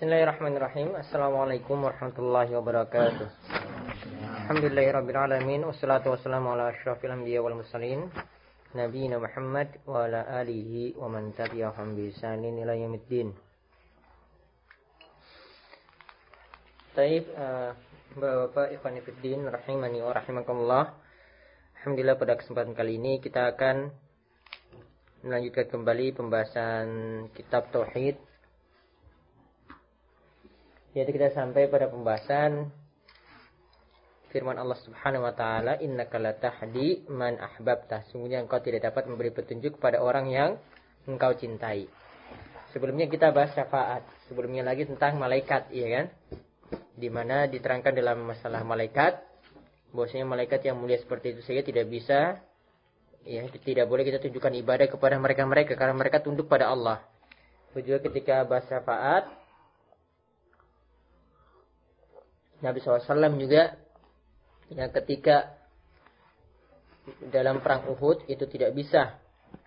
Bismillahirrahmanirrahim. Assalamualaikum warahmatullahi wabarakatuh. Alhamdulillahirrabbilalamin. Wassalatu wassalamu ala asyrafil anbiya wal mursalin Nabiina Muhammad wa ala alihi wa man tabi'ahum bi ihsanin ila yaumiddin. Baik, Bapak ikhwan fillah rahimani wa rahimakumullah. Alhamdulillah pada kesempatan kali ini kita akan melanjutkan kembali pembahasan kitab Tauhid. Yaitu kita sampai pada pembahasan firman Allah Subhanahu wa taala, innaka latahdi man ahbabta. Sungguhnya engkau tidak dapat memberi petunjuk kepada orang yang engkau cintai. Sebelumnya kita bahas syafaat. Sebelumnya lagi tentang malaikat, iya kan? Di mana diterangkan dalam masalah malaikat bahwasanya malaikat yang mulia seperti itu saja tidak bisa, ya, tidak boleh kita tunjukkan ibadah kepada mereka karena mereka tunduk pada Allah. Juga ketika bahas syafaat, Nabi SAW juga yang ketika dalam perang Uhud itu tidak bisa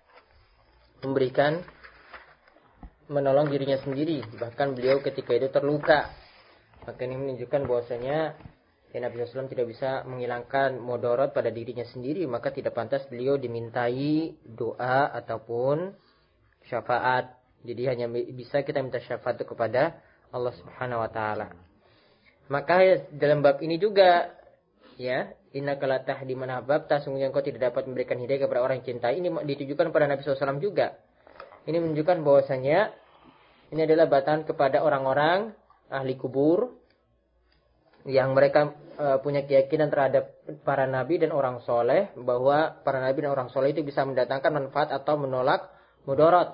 menolong dirinya sendiri, bahkan beliau ketika itu terluka. Maka ini menunjukkan bahwasanya Nabi SAW tidak bisa menghilangkan mudarat pada dirinya sendiri, maka tidak pantas beliau dimintai doa ataupun syafaat. Jadi hanya bisa kita minta syafaat itu kepada Allah Subhanahu wa taala. Maka dalam bab ini juga, ya, innaka latahdi man ahbabta, sungguhnya engkau tidak dapat memberikan hidayah kepada orang yang cintai. Ini ditujukan pada Nabi SAW juga. Ini menunjukkan bahwasanya ini adalah batasan kepada orang-orang ahli kubur yang mereka punya keyakinan terhadap para nabi dan orang soleh, bahwa para nabi dan orang soleh itu bisa mendatangkan manfaat atau menolak mudarat.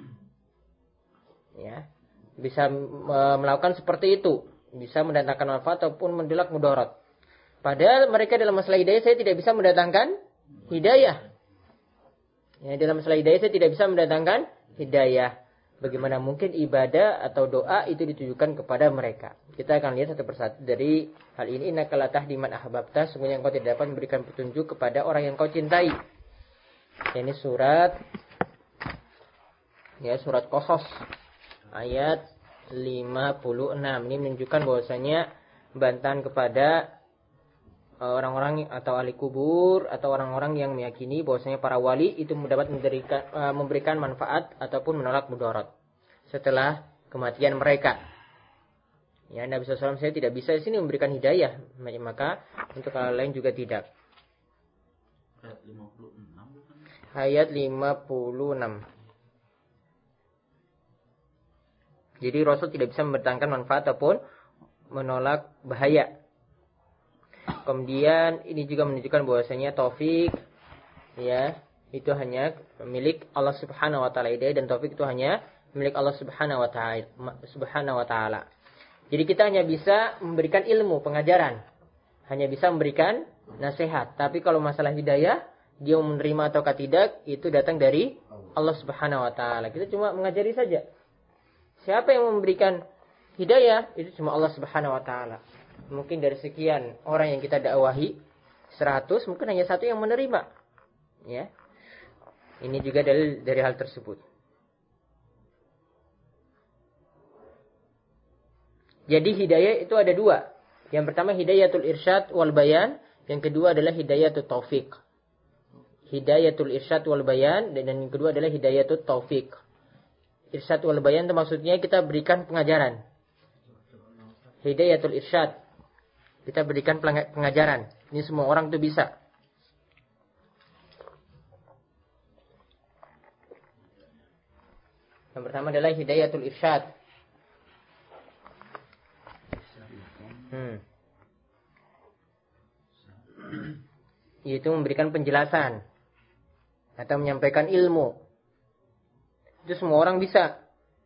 Ya, bisa melakukan seperti itu. Bisa mendatangkan manfaat ataupun menolak mudarat. Padahal mereka dalam masalah hidayah saya tidak bisa mendatangkan hidayah. Ya, dalam masalah hidayah saya tidak bisa mendatangkan hidayah. Bagaimana mungkin ibadah atau doa itu ditujukan kepada mereka? Kita akan lihat satu persatu dari hal ini. Innaka latahdi man ahbabta, sungguhnya engkau tidak dapat memberikan petunjuk kepada orang yang kau cintai. Ini surat Qasas ayat 56. Ini menunjukkan bahwasanya bantahan kepada orang-orang atau ahli kubur atau orang-orang yang meyakini bahwasanya para wali itu dapat memberikan manfaat ataupun menolak mudarat setelah kematian mereka. Ya, Nabi SAW saya tidak bisa di sini memberikan hidayah, maka untuk hal lain juga tidak. Ayat 56. Jadi Rasul tidak bisa mendatangkan manfaat ataupun menolak bahaya. Kemudian ini juga menunjukkan bahwasanya taufik, ya, itu hanya milik Allah Subhanahu wa taala. Hidayah dan taufik itu hanya milik Allah Subhanahu wa taala. Jadi kita hanya bisa memberikan ilmu, pengajaran. Hanya bisa memberikan nasihat. Tapi kalau masalah hidayah, dia menerima atau tidak, itu datang dari Allah Subhanahu wa taala. Kita cuma mengajari saja. Siapa yang memberikan hidayah? Itu cuma Allah Subhanahu wa taala. Mungkin dari sekian orang yang kita dakwahi 100, mungkin hanya satu yang menerima. Ya. Ini juga dari hal tersebut. Jadi hidayah itu ada dua. Yang pertama hidayatul irsyad wal bayan, yang kedua adalah hidayatul taufik. Hidayatul irsyad wal bayan, dan yang kedua adalah hidayatul taufik. Irsyad wal bayan itu maksudnya kita berikan pengajaran. Hidayatul irsyad, kita berikan pengajaran. Ini semua orang itu bisa. Yang pertama adalah hidayatul irsyad. Yaitu memberikan penjelasan atau menyampaikan ilmu. Itu semua orang bisa.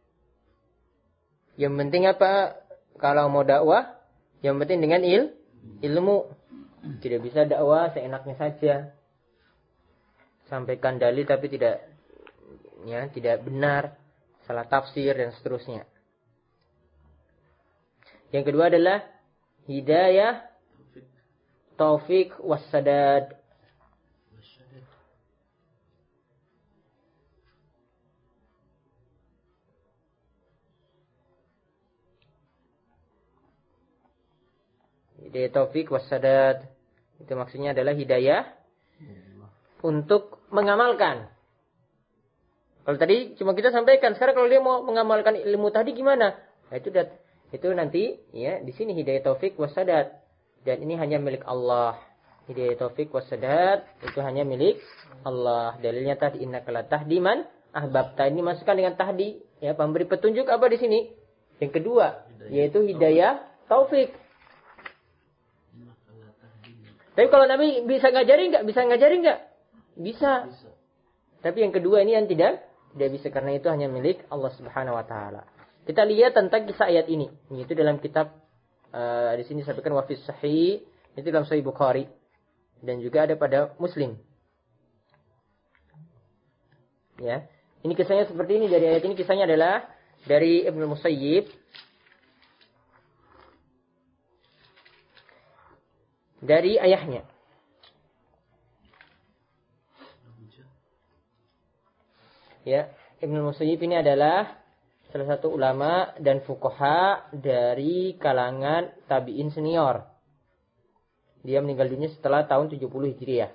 Yang penting apa? Kalau mau dakwah, yang penting dengan ilmu. Tidak bisa dakwah seenaknya saja. Sampaikan dalil tapi tidak benar, salah tafsir dan seterusnya. Yang kedua adalah hidayah, taufik, wassadad. Hidayah taufik wassadat. Itu maksudnya adalah hidayah untuk mengamalkan. Kalau tadi cuma kita sampaikan, sekarang kalau dia mau mengamalkan ilmu tadi gimana? Nah, itu nanti ya di sini hidayah taufik wassadat. Dan ini hanya milik Allah. Hidayah taufik wassadat itu hanya milik Allah. Dalilnya tadi innaka la tahdi man ahbabta. Ini masukkan dengan tahdi, ya, pemberi petunjuk apa di sini? Yang kedua, yaitu hidayah taufik. Tapi kalau Nabi bisa ngajari enggak? Bisa ngajari enggak? Bisa. Tapi yang kedua ini yang tidak bisa, karena itu hanya milik Allah Subhanahu wa taala. Kita lihat tentang kisah ayat ini. Itu dalam kitab di sini disampaikan wa fis sahih, itu dalam Sahih Bukhari dan juga ada pada Muslim. Ya. Ini kisahnya seperti ini, dari ayat ini kisahnya adalah dari Ibnu Musayyib dari ayahnya. Ya, Ibnu Musayyib ini adalah salah satu ulama dan fuqaha dari kalangan tabi'in senior. Dia meninggal dunia setelah tahun 70 Hijriah.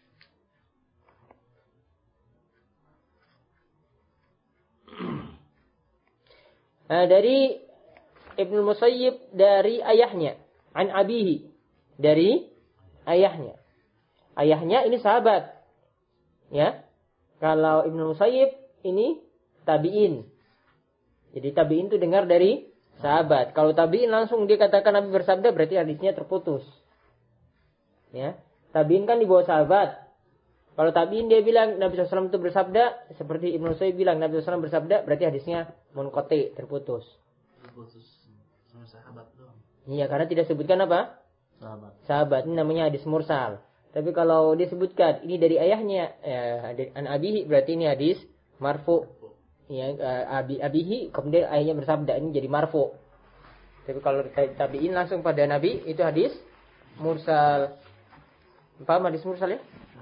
Nah, dari Ibnu Musayyib dari ayahnya, an abihi, dari ayahnya. Ayahnya ini sahabat. Ya. Kalau Ibnu Musayyib ini tabi'in. Jadi tabi'in itu dengar dari sahabat. Kalau tabi'in langsung dia katakan Nabi bersabda, berarti hadisnya terputus. Ya. Tabi'in kan di bawah sahabat. Kalau tabi'in dia bilang Nabi SAW itu bersabda, seperti Ibnu Musayyib bilang Nabi SAW bersabda, berarti hadisnya munqati, terputus. Terputus sama sahabat doang. Iya, karena tidak sebutkan apa? Sahabat. Ini namanya hadis mursal. Tapi kalau disebutkan ini dari ayahnya, an abihi, berarti ini hadis marfu. Ya, abihi, kemudian ayahnya bersabda, ini jadi marfu. Tapi kalau tabi'in langsung pada Nabi, itu hadis mursal. Paham hadis mursal ya?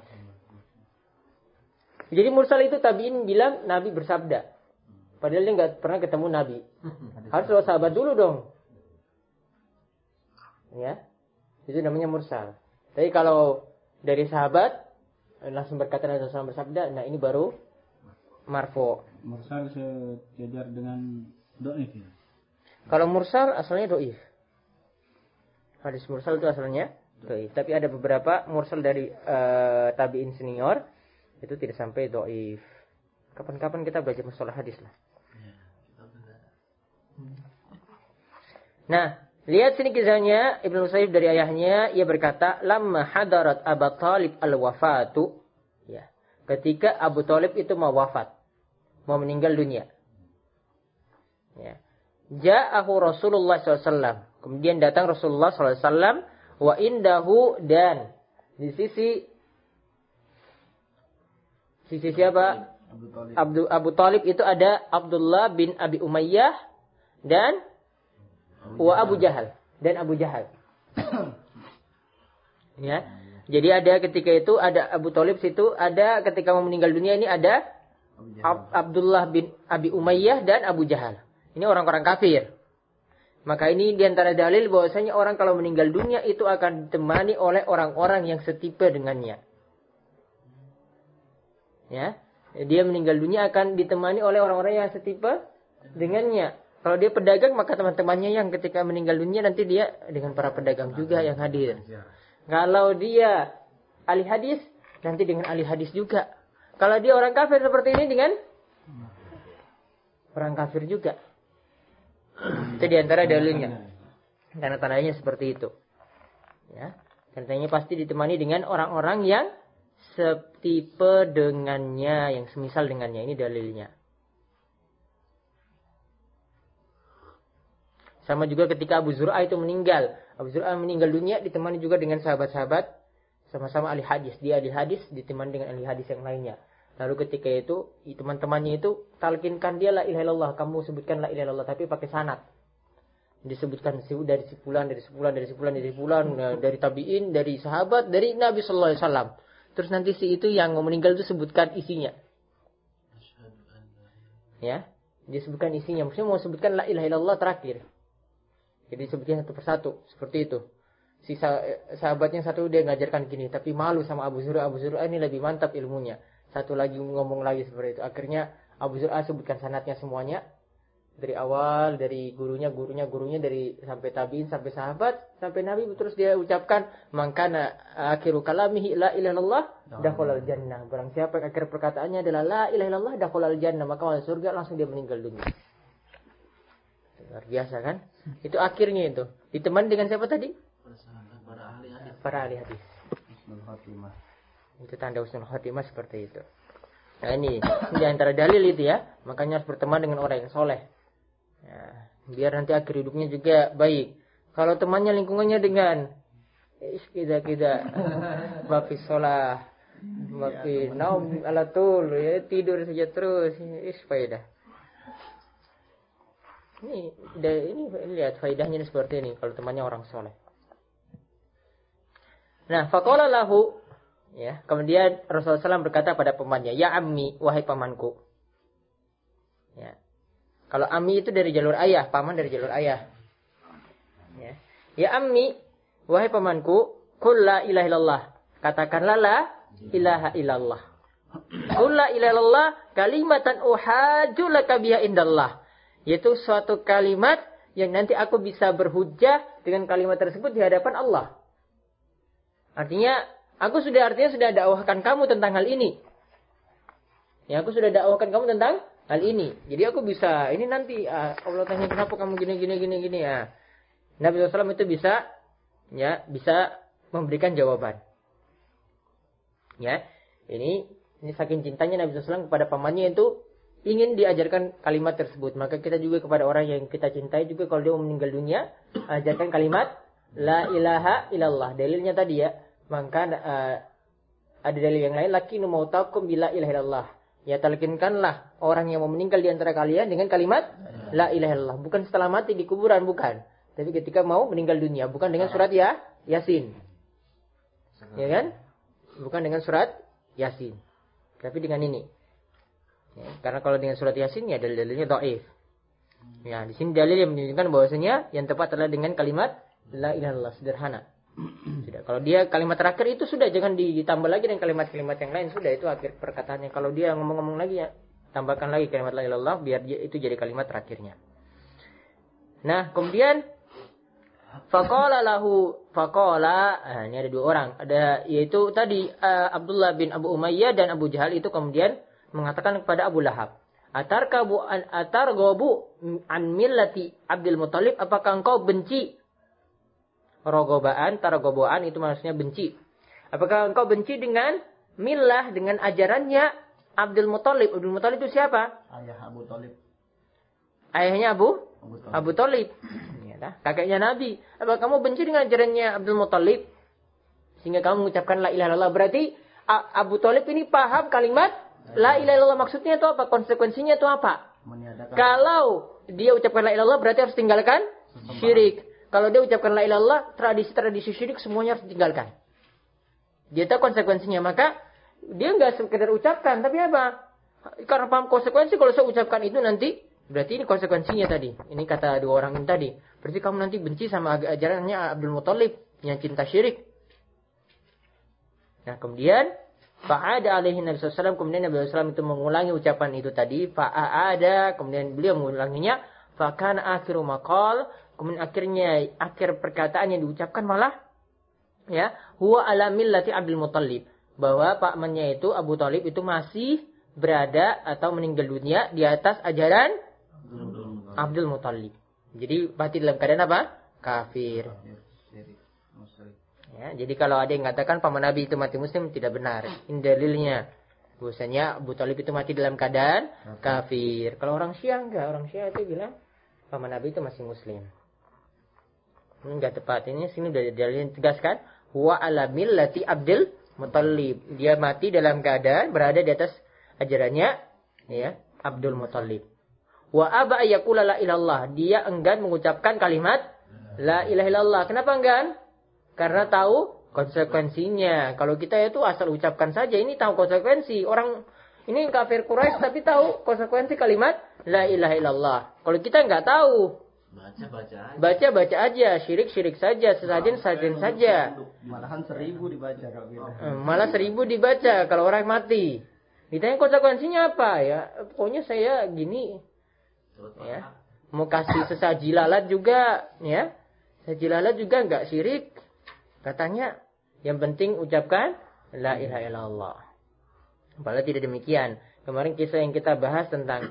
Jadi mursal itu tabi'in bilang Nabi bersabda. Padahal dia nggak pernah ketemu Nabi. Harus lewat sahabat dulu dong. Ya, itu namanya mursal. Tapi kalau dari sahabat langsung berkata Nabi SAW bersabda, nah ini baru marfu. Mursal sejajar dengan dhaif ya. Kalau mursal asalnya dhaif. Hadis mursal itu asalnya dhaif. Tapi ada beberapa mursal dari tabi'in senior itu tidak sampai dhaif. Kapan-kapan kita belajar masalah hadis lah. Nah, lihat sini kisahnya Ibnu Musayyib dari ayahnya, ia berkata, "Lamma hadarat Abu Thalib al-wafatu." Ya, ketika Abu Thalib itu mau wafat, mau meninggal dunia. Ya. Ja'ahu Rasulullah SAW. Kemudian datang Rasulullah SAW, wa indahu, dan di sisi siapa? Abu Thalib itu ada Abdullah bin Abi Umayyah dan Abu Jahal dan Abu Jahal. Ya. Jadi ada ketika itu ada Abu Thalib situ, ada ketika mau meninggal dunia ini ada Abdullah bin Abi Umayyah dan Abu Jahal. Ini orang-orang kafir. Maka ini diantara dalil bahwasanya orang kalau meninggal dunia itu akan ditemani oleh orang-orang yang setipe dengannya. Ya. Dia meninggal dunia akan ditemani oleh orang-orang yang setipe dengannya. Kalau dia pedagang, maka teman-temannya yang ketika meninggal dunia nanti dia dengan para pedagang juga yang hadir. Kalau dia ahli hadis, nanti dengan ahli hadis juga. Kalau dia orang kafir seperti ini dengan orang kafir juga. Itu diantara dalilnya. Tanda-tandanya seperti itu. Ya, tandanya pasti ditemani dengan orang-orang yang setipe dengannya, yang semisal dengannya. Ini dalilnya. Sama juga ketika Abu Zur'ah itu meninggal. Abu Zur'ah meninggal dunia ditemani juga dengan sahabat-sahabat. Sama-sama ahli hadis. Dia ahli hadis ditemani dengan ahli hadis yang lainnya. Lalu ketika itu teman-temannya itu talkinkan dia la ilaha illallah. Kamu sebutkan la ilaha illallah. Tapi pakai sanad. Disebutkan dari sebulan, dari tabi'in, dari sahabat, dari Nabi SAW. Terus nanti si itu yang meninggal itu sebutkan isinya. Ya. Disebutkan isinya. Maksudnya mau sebutkan la ilaha illallah terakhir. Jadi sebutnya satu persatu. Seperti itu. si sahabatnya satu dia ngajarkan gini, tapi malu sama Abu Zur'ah. Abu Zur'ah ini lebih mantap ilmunya. Satu lagi ngomong lagi seperti itu. Akhirnya Abu Zur'ah sebutkan sanadnya semuanya. Dari awal, dari gurunya, dari sampai tabi'in, sampai sahabat, sampai Nabi. Terus dia ucapkan, mangkana akhiru kalamihi la ilaha illallah dakhalal jannah. Barang siapa yang akhir perkataannya adalah la ilaha illallah dakhalal jannah, maka masuk surga, langsung dia meninggal dunia. Luar biasa kan? Itu akhirnya itu. Ditemani dengan siapa tadi? Para ahli hadis. Itu tanda husnul khotimah seperti itu. Nah ini di antara dalil itu ya. Makanya harus berteman dengan orang yang soleh. Ya, biar nanti akhir hidupnya juga baik. Kalau temannya lingkungannya dengan kita mafi sholah, mafi naum alatul, ya tidur saja terus, faedah. Ini lihat faedahnya seperti ini kalau temannya orang soleh. Nah, faqala lahu, ya, kemudian Rasulullah SAW berkata pada pamannya, ya ammi, wahai pamanku. Ya. Kalau ammi itu dari jalur ayah, paman dari jalur ayah. Ya ammi, wahai pamanku, qul la ilaha illallah. Katakanlah la ilaha illallah. Qul la ilaha illallah kalimatan uhajju laka biha indallah. Yaitu suatu kalimat yang nanti aku bisa berhujjah dengan kalimat tersebut di hadapan Allah. Artinya sudah dakwahkan kamu tentang hal ini. Ya, aku sudah dakwahkan kamu tentang hal ini. Jadi aku bisa, ini nanti Allah tanya kenapa kamu gini ya. Nabi SAW itu bisa memberikan jawaban. Ya, ini saking cintanya Nabi SAW kepada pamannya itu ingin diajarkan kalimat tersebut. Maka kita juga kepada orang yang kita cintai juga kalau dia meninggal dunia, ajarkan kalimat la ilaha illallah. Dalilnya tadi ya, maka ada dalil yang lain, lakinu mautakum bila ilaha illallah. Ya, talqinkanlah orang yang mau meninggal di antara kalian dengan kalimat la ilaha illallah. Bukan setelah mati di kuburan, bukan. Tapi ketika mau meninggal dunia, bukan dengan surat Yasin. Ya kan? Bukan dengan surat Yasin. Tapi dengan ini. Ya, karena kalau dengan surat Yasin ya dalil-dalilnya dhaif. Ya, di sini dalil yang menunjukkan bahwasanya yang tepat adalah dengan kalimat la ilaha illallah, sederhana. Sudah, kalau dia kalimat terakhir itu sudah, jangan ditambah lagi dengan kalimat-kalimat yang lain, sudah itu akhir perkataannya. Kalau dia ngomong-ngomong lagi ya, tambahkan lagi kalimat la ilaha illallah biar itu jadi kalimat terakhirnya. Nah, kemudian ini ada dua orang, yaitu tadi Abdullah bin Abu Umayyah dan Abu Jahal itu kemudian mengatakan kepada Abu Lahab, Atarghabu an millati Abdul Muthalib, apakah engkau benci? Targhabaan itu maksudnya benci. Apakah engkau benci dengan millah, dengan ajarannya Abdul Muthalib? Abdul Muthalib itu siapa? Ayah Abu Thalib. Ayahnya Abu Thalib. Ya, kakeknya Nabi. Apakah kamu benci dengan ajarannya Abdul Muthalib sehingga kamu mengucapkan la ilaha illallah? Berarti Abu Thalib ini paham kalimat la ilaha illallah maksudnya itu apa? Konsekuensinya itu apa? Kalau dia ucapkan la ilaha illallah berarti harus tinggalkan syirik. Kalau dia ucapkan la ilaha illallah, tradisi-tradisi syirik semuanya harus ditinggalkan. Dia tahu konsekuensinya, maka dia enggak sekedar ucapkan, tapi apa? Karena paham konsekuensi, kalau saya ucapkan itu nanti, berarti ini konsekuensinya tadi. Ini kata dua orang ini tadi. Berarti kamu nanti benci sama ajarannya Abdul Muthalib yang cinta syirik. Nah, kemudian fa'ada alaihi Nabi SAW, kemudian Nabi SAW itu mengulangi ucapan itu tadi, fa'ada, kemudian beliau mengulanginya, fakana akhiru maqal, kemudian akhir perkataan yang diucapkan malah ya, huwa ala millati Abdul Muthalib, bahwa pamannya itu Abu Thalib itu masih berada atau meninggal dunia di atas ajaran Abdul Muthalib. Jadi mati dalam keadaan apa? Kafir. Ya, jadi kalau ada yang mengatakan paman Nabi itu mati muslim, tidak benar. Ini dalilnya. Bahwasanya Abu Thalib itu mati dalam keadaan kafir. Kalau orang Syiah enggak, orang Syiah itu bilang paman Nabi itu masih muslim. Ini enggak tepat. Ini sini sudah dalilnya tegaskan, huwa ala millati Abdul Muthalib. Dia mati dalam keadaan berada di atas ajarannya ya, Abdul Muthalib. Wa aba ayyakula la ilallah. Dia enggan mengucapkan kalimat la ilaha illallah. Kenapa enggan? Karena tahu konsekuensinya. Kalau kita itu asal ucapkan saja, ini tahu konsekuensi. Orang ini kafir Quraisy tapi tahu konsekuensi kalimat la ilaha illallah. Kalau kita enggak tahu, Baca aja, syirik saja, sesajen saja. Malahan 1000 dibaca kalau gitu. Malah 1000 dibaca kalau orang mati. Ditanya konsekuensinya apa ya? Pokoknya saya gini, ya. Mau kasih sesaji lalat juga, ya. Sesaji lalat juga enggak syirik. Katanya yang penting ucapkan la ilaha illallah. Padahal tidak demikian. Kemarin kisah yang kita bahas tentang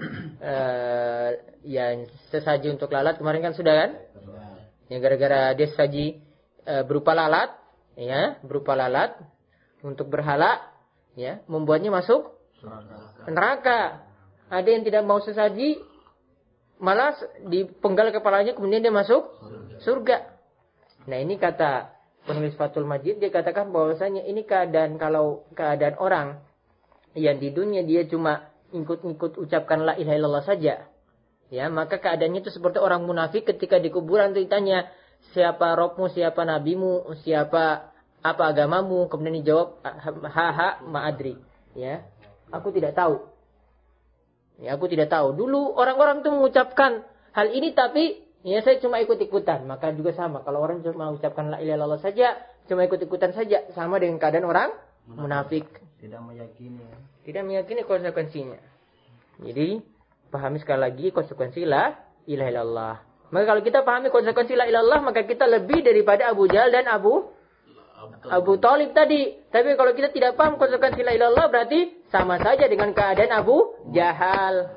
yang sesaji untuk lalat kemarin kan sudah kan? Yang gara-gara dia sesaji berupa lalat, ya, berupa lalat untuk berhala, ya, membuatnya masuk neraka. Ada yang tidak mau sesaji, malah dipenggal kepalanya kemudian dia masuk surga. Nah ini kata penulis Fathul Majid, dia katakan bahwasanya ini keadaan orang yang di dunia dia cuma ikut ucapkan la ilaha illallah saja, ya, maka keadaannya itu seperti orang munafik ketika di kuburan itu ditanya siapa Robmu, siapa nabimu, siapa apa agamamu, kemudian dijawab ma'adri, ya, aku tidak tahu. Ya, aku tidak tahu. Dulu orang-orang itu mengucapkan hal ini tapi ya saya cuma ikut-ikutan. Maka juga sama, kalau orang cuma mengucapkan la ilaha illallah saja, cuma ikut-ikutan saja, sama dengan keadaan orang munafik. Tidak meyakini konsekuensinya. Jadi pahami sekali lagi konsekuensi la ilaha illallah. Maka kalau kita pahami konsekuensi la ilaha illallah, maka kita lebih daripada Abu Jahal dan Abu Thalib tadi. Tapi kalau kita tidak paham konsekuensi la ilaha illallah, berarti sama saja dengan keadaan Abu Jahal.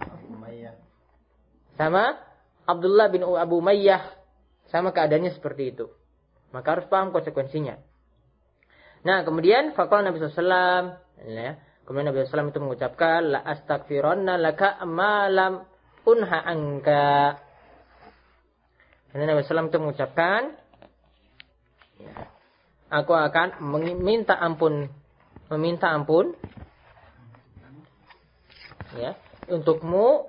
Sama Abdullah bin Abu Umayyah. Sama keadaannya seperti itu. Maka harus paham konsekuensinya. Nah, kemudian faqala Nabi SAW, ya, kemudian Nabi SAW itu mengucapkan la astaghfiranna laka ma lam unha anka. Kemudian Nabi SAW itu mengucapkan, ya, aku akan meminta ampun, ya, untukmu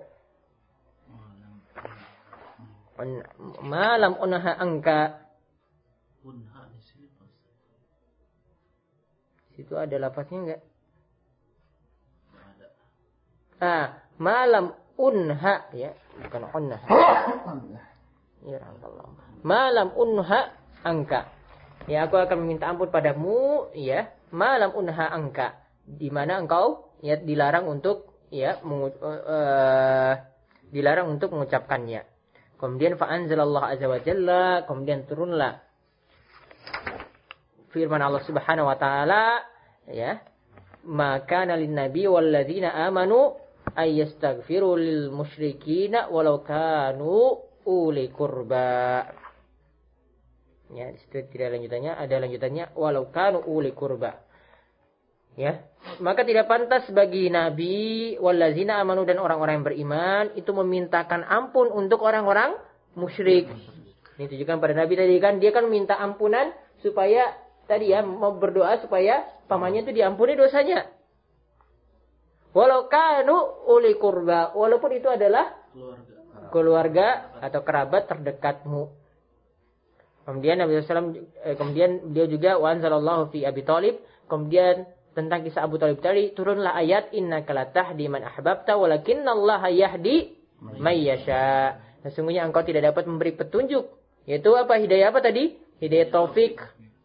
malam unha angka. Situ ada lafaznya enggak? Malam unha, ya, bukan unha. Ya Allah. Malam unha angka. Ya, aku akan meminta ampun padamu, ya, malam unha angka, di mana engkau ya dilarang untuk mengucapkannya. Kemudian fa anzalallahu azza wa jalla, kemudian turunlah firman Allah Subhanahu wa taala, ya, maka lin nabi wal ladzina amanu ay yastaghfiru lil musyrikin walau kanu uli qurba. Ya, di situ tidak lanjutannya, ada lanjutannya walau kanu uli qurba. Ya, maka tidak pantas bagi nabi wal ladzina amanu dan orang-orang yang beriman itu memintakan ampun untuk orang-orang musyrik. Ini tujukan pada nabi tadi kan, dia kan minta ampunan supaya tadi ya mau berdoa supaya pamannya itu diampuni dosanya. Walau kanu uli qurba, walaupun itu adalah keluarga atau kerabat terdekatmu. Kemudian Nabi SAW, kemudian beliau juga wa anzalallahu fi Abi Thalib, kemudian tentang kisah Abu Thalib tadi turunlah ayat innaka latahdi man ahbabta walakinallaha yahdi may yasha. Sesungguhnya engkau tidak dapat memberi petunjuk, yaitu apa? Hidayah apa tadi? Hidayah taufik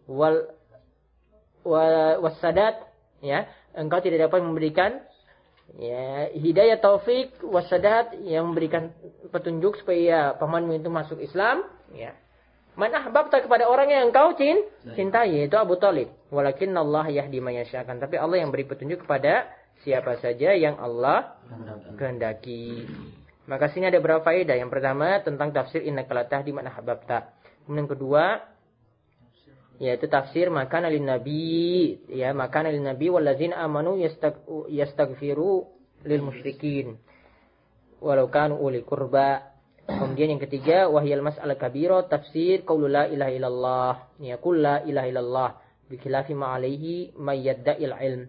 wassadat, ya, engkau tidak dapat memberikan, ya, hidayah taufik wassadat yang memberikan petunjuk supaya pamanmu itu masuk Islam, ya. Man ahbabta kepada orang yang engkau cintai, yaitu Abu Thalib. Walakinallaha yahdi may yasha, tapi Allah yang beri petunjuk kepada siapa saja yang Allah kehendaki. Maka sini ada beberapa faedah. Yang pertama tentang tafsir innaka latahdi man ahbabta. Kemudian yang kedua yaitu tafsir makana lin nabi, ya, makana lin nabi walladzina amanu yastaghfiru lil musyrikin walau kanu uli qurba. Kemudian yang ketiga wahyal mas'alah kabira, tafsir qaulul la ilaha illallah, ya, qul la ilaha illallah bi khilafi ma alaihi may yadda'il ilm,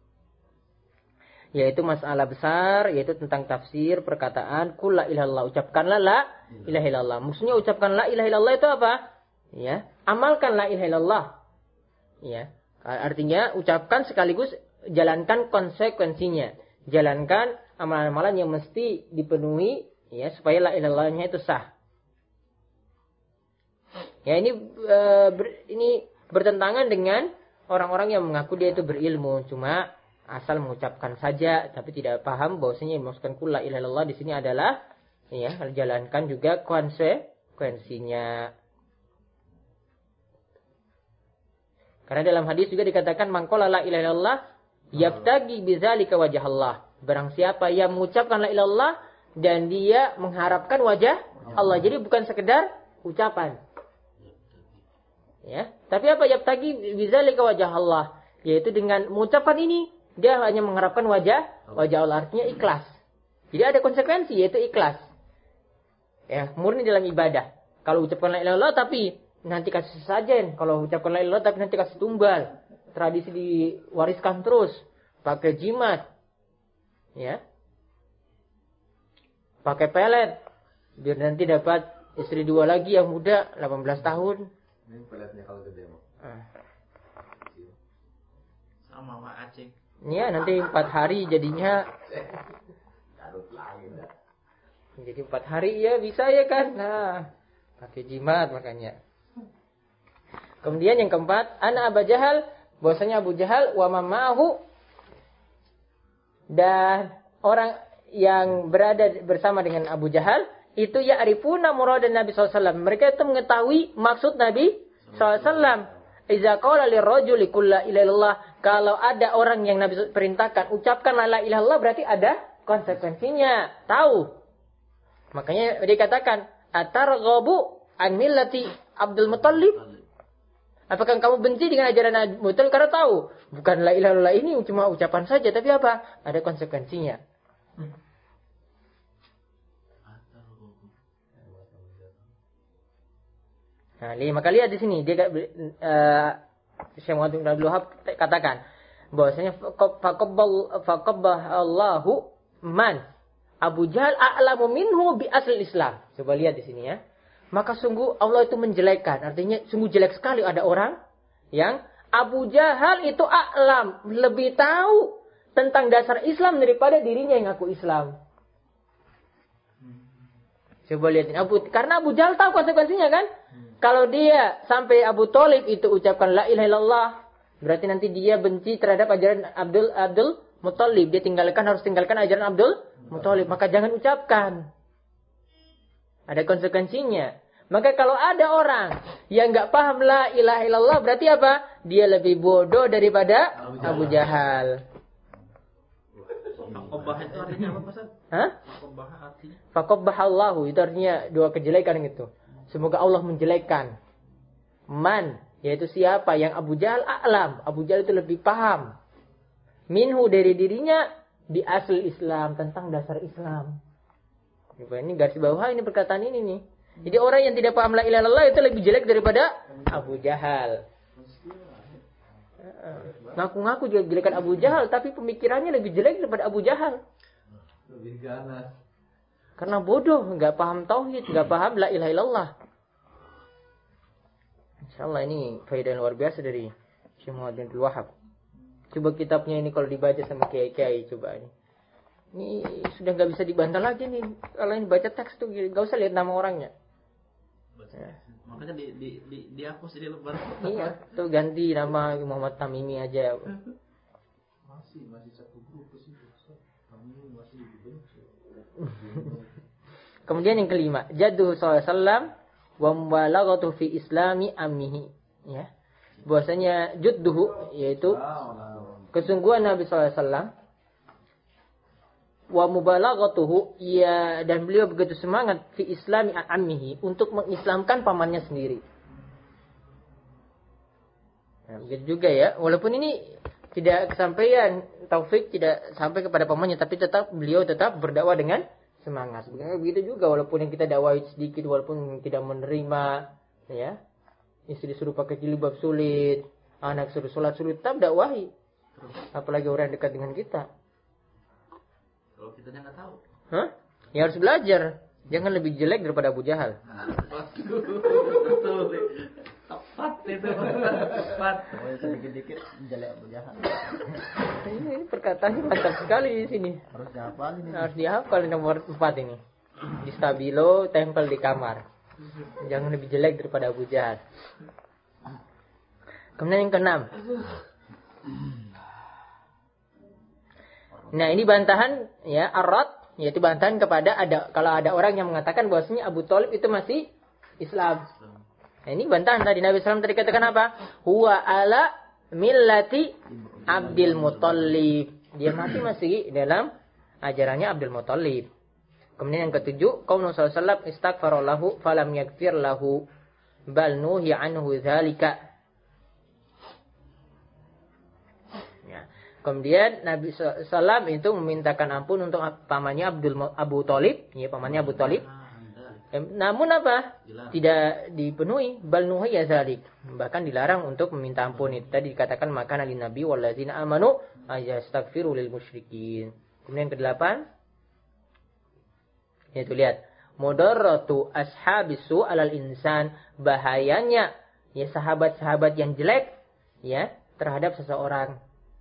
yaitu masalah besar, yaitu tentang tafsir perkataan qul la ilaha illallah, ucapkanlah la ilaha illallah. Maksudnya ucapkan la ilaha illallah itu apa? Ya, amalkan la ilaha illallah. Ya, artinya ucapkan sekaligus jalankan konsekuensinya. Jalankan amalan-amalan yang mesti dipenuhi, ya, supaya la ilaha illallahnya itu sah. Ya ini ini bertentangan dengan orang-orang yang mengaku dia itu berilmu, cuma asal mengucapkan saja tapi tidak paham bahwasanya yang dimaksudkan la ilaha illallah di sini adalah ya jalankan juga konsekuensinya. Karena dalam hadis juga dikatakan man qala la ilaha illallah yabtagi bidzalika wajh Allah. Barang siapa yang mengucapkan la ilaha illallah dan dia mengharapkan wajah Allah. Jadi bukan sekedar ucapan. Ya, tapi apa yabtagi bidzalika wajh Allah? Yaitu dengan mengucapkan ini dia hanya mengharapkan wajah Allah, artinya ikhlas. Jadi ada konsekuensi yaitu ikhlas. Ya, murni dalam ibadah. Kalau ucapkan la ilaha illallah tapi nanti kasih sesajen, kalau ucapkan la ilaha illallah tapi nanti kasih tumbal. Tradisi diwariskan terus, pakai jimat. Ya. Pakai pelet biar nanti dapat istri 2 lagi yang muda 18 tahun. Ini peletnya kalau gede mau. Sama Pak Aceh. Ya, nanti 4 hari jadinya. Jadi 4 hari ya bisa ya kan. Nah, pakai jimat makanya. Kemudian yang keempat, ana Abu Jahal, bahwasanya Abu Jahal wa mamahu dan orang yang berada bersama dengan Abu Jahal itu ya'rifuna muradan Nabi SAW. Mereka itu mengetahui maksud Nabi SAW. Iza qala lirrajuli qul la ilaha illallah. Kalau ada orang yang Nabi perintahkan ucapkan la ilaha illallah berarti ada konsekuensinya. Tahu. Makanya dikatakan atarghabu an millati Abdul Muttalib. Apakah kamu benci dengan ajaran Nabi Muttalib karena tahu bukan la ilaha illallah ini cuma ucapan saja tapi apa? Ada konsekuensinya. Nah, maka lihat di sini dia Syekh Muhammad bin Abdul Wahab katakan bahwasanya faqabbahallahu man Abu Jahal a'lamu minhu bi asli Islam. Coba lihat di sini ya. Maka sungguh Allah itu menjelekkan, artinya sungguh jelek sekali ada orang yang Abu Jahal itu a'lam, lebih tahu tentang dasar Islam daripada dirinya yang ngaku Islam. Coba lihat ini karena Abu Jahal tahu konsekuensinya kan? Kalau dia sampai Abu Thalib itu ucapkan la ilaha illallah, berarti nanti dia benci terhadap ajaran Abdul Muttalib. Dia harus tinggalkan ajaran Abdul Muttalib. Maka jangan ucapkan. Ada konsekuensinya. Maka kalau ada orang yang nggak paham la ilaha illallah, berarti apa? Dia lebih bodoh daripada Abu Jahal. Faqabbah itu artinya apa, Ustaz? Hah? Faqabbah artinya? Faqabbahallahu itu artinya 2 kejelekan gitu. Semoga Allah menjelekkan. Man, yaitu siapa yang Abu Jahal a'lam. Abu Jahal itu lebih paham. Minhu dari dirinya di asal Islam, tentang dasar Islam. Ini garis bawah ini perkataan ini nih. Jadi orang yang tidak paham la ilaha illallah itu lebih jelek daripada Abu Jahal. Ngaku-ngaku juga jelekan Abu Jahal, tapi pemikirannya lebih jelek daripada Abu Jahal. Lebih ganas. Karena bodoh, nggak paham tauhid, nggak paham la ilaha illallah. Insyaallah ini faedah luar biasa dari Syekh Muhammad bin Abdul Wahab. Coba kitabnya ini kalau dibaca sama kiai-kiai coba ini. Ini sudah nggak bisa dibantah lagi nih. Kalau ini baca teks tuh nggak usah lihat nama orangnya. Ya. Makanya dihapus di lebar. Iya, tuh ganti nama Muhammad Tamimi aja. Masih satu grup ke situ. Tamimi masih dibenci. Kemudian yang kelima, jadduhu sallallahu wa mubalaghatu fi islami ammihi, ya. Bahwasanya jadduhu yaitu kesungguhan Nabi sallallahu alaihi wasallam wa mubalaghatuhu ya, dan beliau begitu semangat fi islami ammihi untuk mengislamkan pamannya sendiri. Nah, begitu juga ya, walaupun ini tidak kesampaian taufik tidak sampai kepada pamannya, tapi beliau tetap berdakwah dengan semangat. Begitu juga walaupun yang kita dakwahi sedikit, walaupun tidak menerima, ya, istri disuruh pakai jilbab sulit, anak suruh sholat sulit, tetap dakwahi. Apalagi orang yang dekat dengan kita. Kalau kita nggak tahu. Hah? Ya harus belajar. Jangan lebih jelek daripada Abu Jahal. Betul. Tepat itu. Tepat. Oh, sedikit-dikit jelek Abu Jahal. Ini perkataannya mantap sekali di sini. Harus dihafal ini. Harus dihafal nomor 4 ini. Di stabilo, tempel di kamar. Jangan lebih jelek daripada Abu Jahal. Kemudian yang keenam. Nah, ini bantahan ya, ar-rad, yaitu bantahan kepada kalau ada orang yang mengatakan bahwasanya Abu Thalib itu masih Islam. Nah, ini bantahan tadi Nabi SAW tadi katakan apa? Huwa ala millati Abdul Muthalib. Dia masih dalam ajarannya Abdul Muthalib. Kemudian yang ketujuh, qaulun sallallahu alaihi wasallam istaghfara lahu falam yaghfir lahu bal nuhi anhu dzalika. Ya. Kemudian Nabi SAW itu memintakan ampun untuk pamannya Abu Thalib, ya pamannya Abu Thalib. Namun apa? Tidak dipenuhi, bal nuhi ya dzalik. Bahkan dilarang untuk meminta ampun. Itu tadi dikatakan maka nabi Nabi wallazina amanu ayastaghfiru lil musyrikin. Kemudian yang kedelapan, yaitu lihat, mudarratu ashabisu alal insan, bahayanya ya sahabat-sahabat yang jelek ya terhadap seseorang.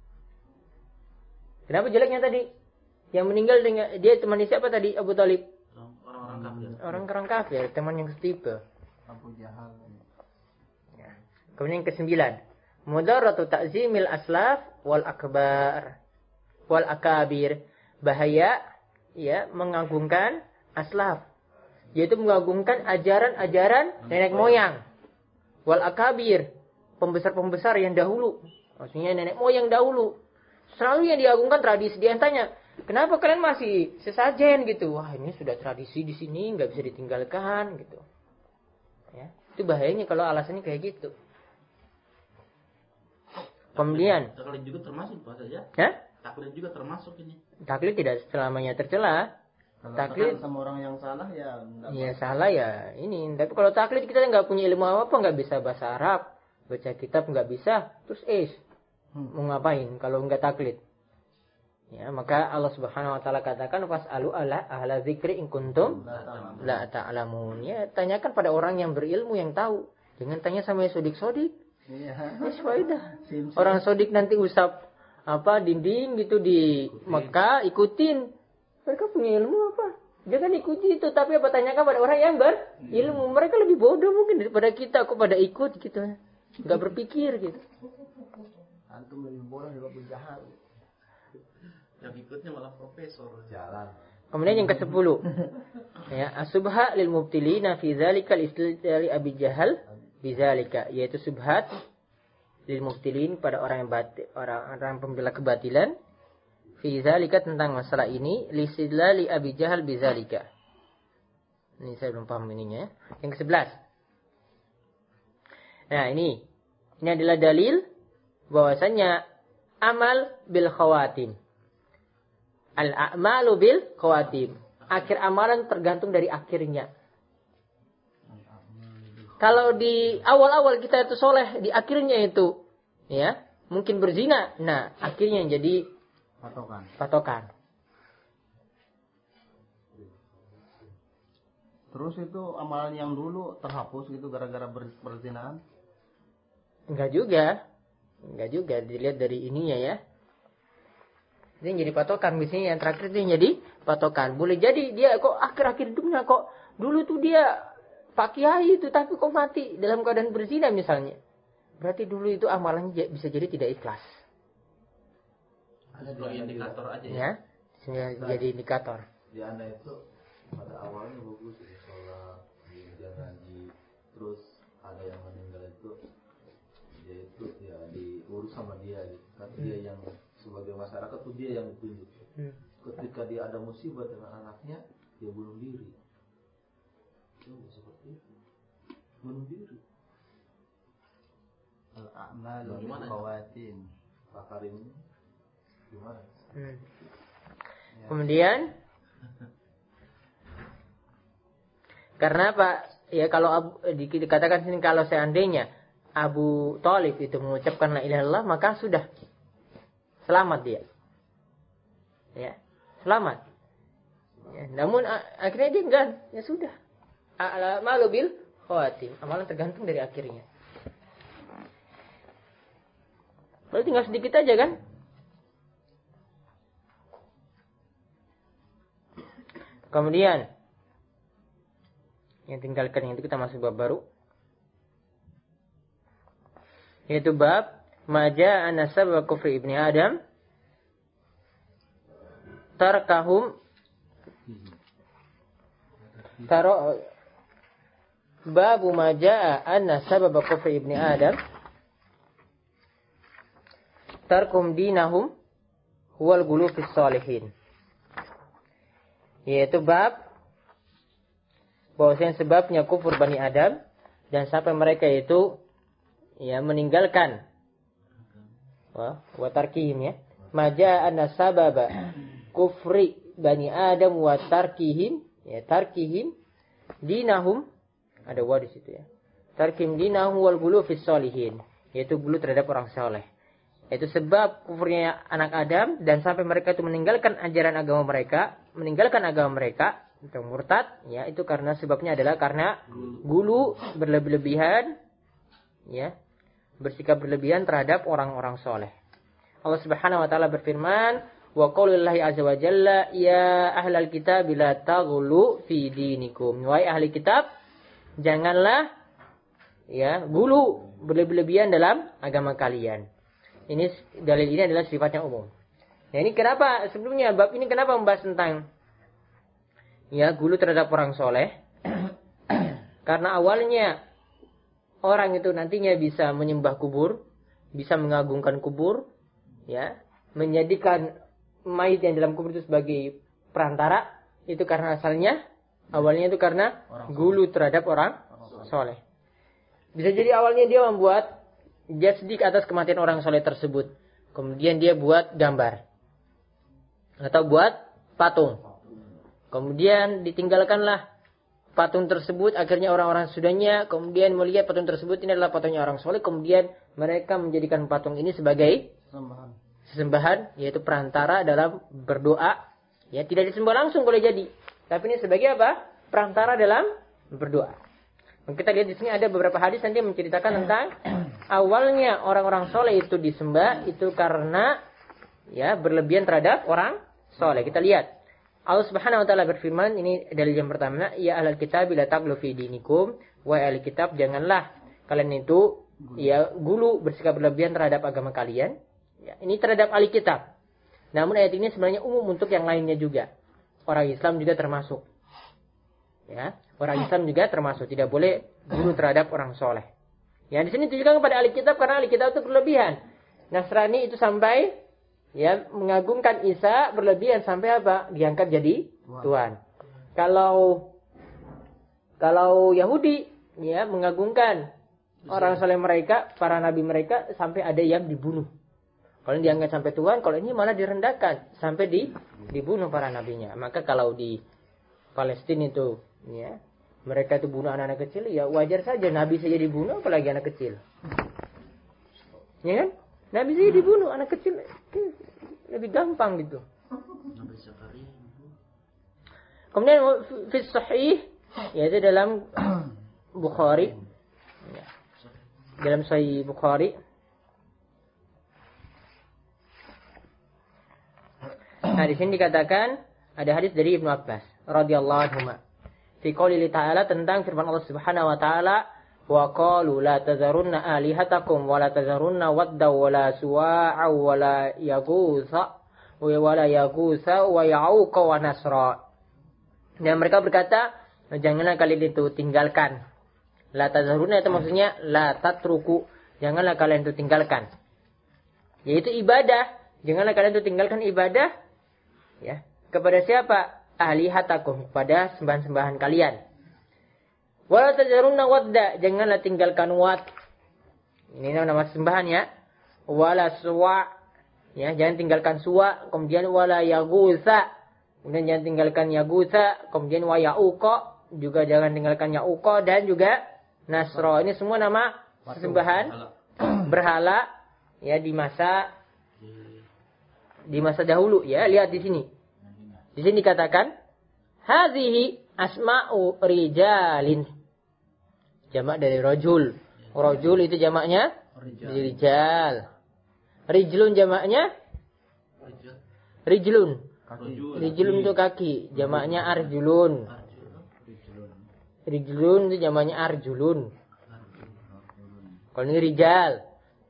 Kenapa jeleknya tadi? Yang meninggal dengan dia teman siapa tadi? Abu Thalib. Orang-orang kafir. Orang-orang kafir, teman yang setipe. Abu Jahal. Ya. Kemudian yang kesembilan, mudarratu ta'zimil aslaf wal akbar wal akabir, bahaya ya mengagungkan aslaf, yaitu mengagungkan ajaran-ajaran nenek moyang. Wal akabir, pembesar-pembesar yang dahulu. Maksudnya nenek moyang dahulu. Selalu yang diagungkan tradisi. Dia tanya, kenapa kalian masih sesajen gitu? Wah, ini sudah tradisi di sini, nggak bisa ditinggalkan gitu. Ya, itu bahayanya kalau alasannya kayak gitu. Kemudian taklid juga termasuk Pak saja. Ya? Taklid juga termasuk ini. Taklid tidak selamanya tercela. Kalau Taklid sama orang yang salah ya enggak. ya salah ya ini. Tapi kalau taklid kita nggak punya ilmu apa, nggak bisa bahasa Arab, baca kitab nggak bisa, terus mau ngapain kalau nggak taklid? Ya, maka Allah Subhanahu wa taala katakan fasalu ala ahla dzikri in kuntum la ta'lamun. Ya, tanyakan pada orang yang berilmu yang tahu. Jangan tanya sama yang sodik-sodik. Iya. Faedah. Orang sodik nanti usap dinding gitu di Mekah, ikutin. Mereka punya ilmu apa? Jangan ikuti itu, tapi apa tanyakan pada orang yang berilmu. Mereka lebih bodoh mungkin daripada kita, kok pada ikut gitu. Enggak berpikir gitu. Antum lebih bodoh daripada Abu Jahal. Yang ikutnya malah profesor. Jalan. Kemudian yang ke-10. Ya, asubha lil mubtilina fi dzalikal istidlali Abi Jahal bidzalika, yaitu subhat lil mubtilin pada orang yang pembela kebatilan fi dzalika tentang masalah ini li Abi Jahal bidzalika. Ini saya belum paham ininya. Yang ke-11. Nah, ini adalah dalil bahwasanya amal bil khawatim. Al-a'malu bil khawatim. Akhir amalan tergantung dari akhirnya. Kalau di awal-awal kita itu soleh, di akhirnya itu ya mungkin berzina. Nah, akhirnya jadi patokan. Terus itu amalan yang dulu terhapus gitu gara-gara berzinaan? Enggak juga dilihat dari ininya ya. Ini jadi patokan, biasanya yang terakhir itu jadi patokan. Boleh jadi dia kok akhir-akhir hidupnya kok dulu tuh dia Pak Kiai itu tapi kok mati dalam keadaan berzina misalnya. Berarti dulu itu amalannya bisa jadi tidak ikhlas. Ada indikator aja ya. Jadi indikator. Di Anda itu pada awalnya bagus ya, sholat, dia ngaji, terus ada yang meninggal itu dia itu ya diurus sama dia gitu. Kan dia yang sebagai masyarakat tuh dia yang ditunjuk. Ketika dia ada musibah dengan anaknya, dia bunuh diri. Seperti itu. Bunuh diri. Al-a'malu bil khawatim. Pak Karim gimana? Ya. Kemudian karena Pak ya kalau dikatakan sini kalau seandainya Abu Thalib itu mengucapkan la ilaha illallah maka sudah selamat dia. Ya, selamat. Ya, namun akhirnya dia enggak, ya sudah. Al-a'malu bil khawatim. Amalan tergantung dari akhirnya. Berarti tinggal sedikit aja kan? Kemudian Yang tinggalkan yang itu kita masuk bab baru. Yaitu bab Maja an-nasab wa kufri ibni Adam tarkahum Babu Maja an-nasab wa kufri ibni Adam tarkum dinahum huwal gulu fis salihin. Yaitu bab bahwasanya sebabnya kufur Bani Adam dan sampai mereka itu meninggalkan wa tarkihim ya. Maja anna sababa kufri Bani Adam wa tarkihim tarkihim dinahum, ada wa di situ ya. Tarkim dinahum wal gulu fis salihin, yaitu gulu terhadap orang saleh. Itu sebab kufurnya anak Adam dan sampai mereka itu meninggalkan ajaran agama mereka, itu murtad ya, itu karena sebabnya adalah karena gulu berlebihan ya, bersikap berlebihan terhadap orang-orang soleh. Allah Subhanahu wa taala berfirman, wa qaulillahi azza wa jalla ya ahlal kitab la taghlu fi dinikum. Wahai ahli kitab, janganlah ya gulu berlebihan dalam agama kalian. Dalil ini adalah sifatnya umum. Nah, ini kenapa sebelumnya bab ini kenapa membahas tentang gulu terhadap orang soleh? Karena awalnya orang itu nantinya bisa menyembah kubur, bisa mengagungkan kubur, ya, menjadikan mayit yang dalam kubur itu sebagai perantara. Itu karena awalnya itu karena gulu terhadap orang soleh. Bisa jadi awalnya dia membuat jasdik atas kematian orang soleh tersebut. Kemudian dia buat gambar. Atau buat patung. Kemudian ditinggalkanlah patung tersebut. Akhirnya orang-orang sudahnya kemudian melihat patung tersebut ini adalah patungnya orang soleh. Kemudian mereka menjadikan patung ini sebagai sesembahan. Yaitu perantara dalam berdoa. Ya, tidak disembah langsung kalau jadi. Tapi ini sebagai apa? Perantara dalam berdoa. Kita lihat di sini ada beberapa hadis nanti menceritakan tentang awalnya orang-orang soleh itu disembah itu karena berlebihan terhadap orang soleh. Kita lihat Allah Subhanahu wa taala berfirman, ini dalil yang pertama, ya ahlal kitab la taghlu fi dinikum, wa ahli kitab janganlah kalian itu gulu bersikap berlebihan terhadap agama kalian. Ya, ini terhadap ahli kitab. Namun ayat ini sebenarnya umum untuk yang lainnya juga. Orang Islam juga termasuk. Ya, orang Islam juga termasuk, tidak boleh gulu terhadap orang soleh. Ya, di sini ditujukan kepada ahli kitab karena ahli kitab itu berlebihan. Nasrani itu sampai mengagungkan Isa berlebihan sampai apa? Diangkat jadi Tuhan. Kalau Yahudi mengagungkan orang soleh mereka, para nabi mereka sampai ada yang dibunuh. Kalau diangkat sampai Tuhan, kalau ini malah direndahkan sampai dibunuh para nabinya. Maka kalau di Palestina itu mereka itu bunuh anak-anak kecil, ya wajar saja nabi saja dibunuh apalagi anak kecil. Ya kan? Nabi saja dibunuh, anak kecil lebih gampang gitu. Kemudian fi sahih yaitu dalam Bukhari. Dalam Sahih Bukhari. Nah, di sini dikatakan ada hadis dari Ibnu Abbas radhiyallahu anhu. Fi qouli ta'ala tentang firman Allah Subhanahu wa taala, wa qalu la tazarunna alihatakum wa la tazarunna wadda wa la suwa'a wa la yaghutha wa ya'uqa wa nasra. Dan mereka berkata, janganlah kalian itu tinggalkan. La tazarunna itu maksudnya la tatruku, janganlah kalian itu tinggalkan. Yaitu ibadah, janganlah kalian itu tinggalkan ibadah kepada siapa? Alihatakum, kepada sembahan-sembahan kalian. Wala tazarunna wadda, janganlah tinggalkan wad. Ini nama sembahan ya. Wala suwa, jangan tinggalkan suwa. Kemudian wala yaghutsa, kemudian jangan tinggalkan yaghutsa. Kemudian wa ya'uqa, juga jangan tinggalkan ya'uqa, dan juga nasra. Ini semua nama sembahan berhala di masa dahulu ya. Lihat di sini. Di sini dikatakan hadhihi asma'u rijalin. Jamak dari rajul. Rajul itu jamaknya rijal. Rijlun jamaknya rijlun. Rijlun itu kaki, jamaknya arjulun. Rijlun itu namanya arjulun. Kalau ini rijal.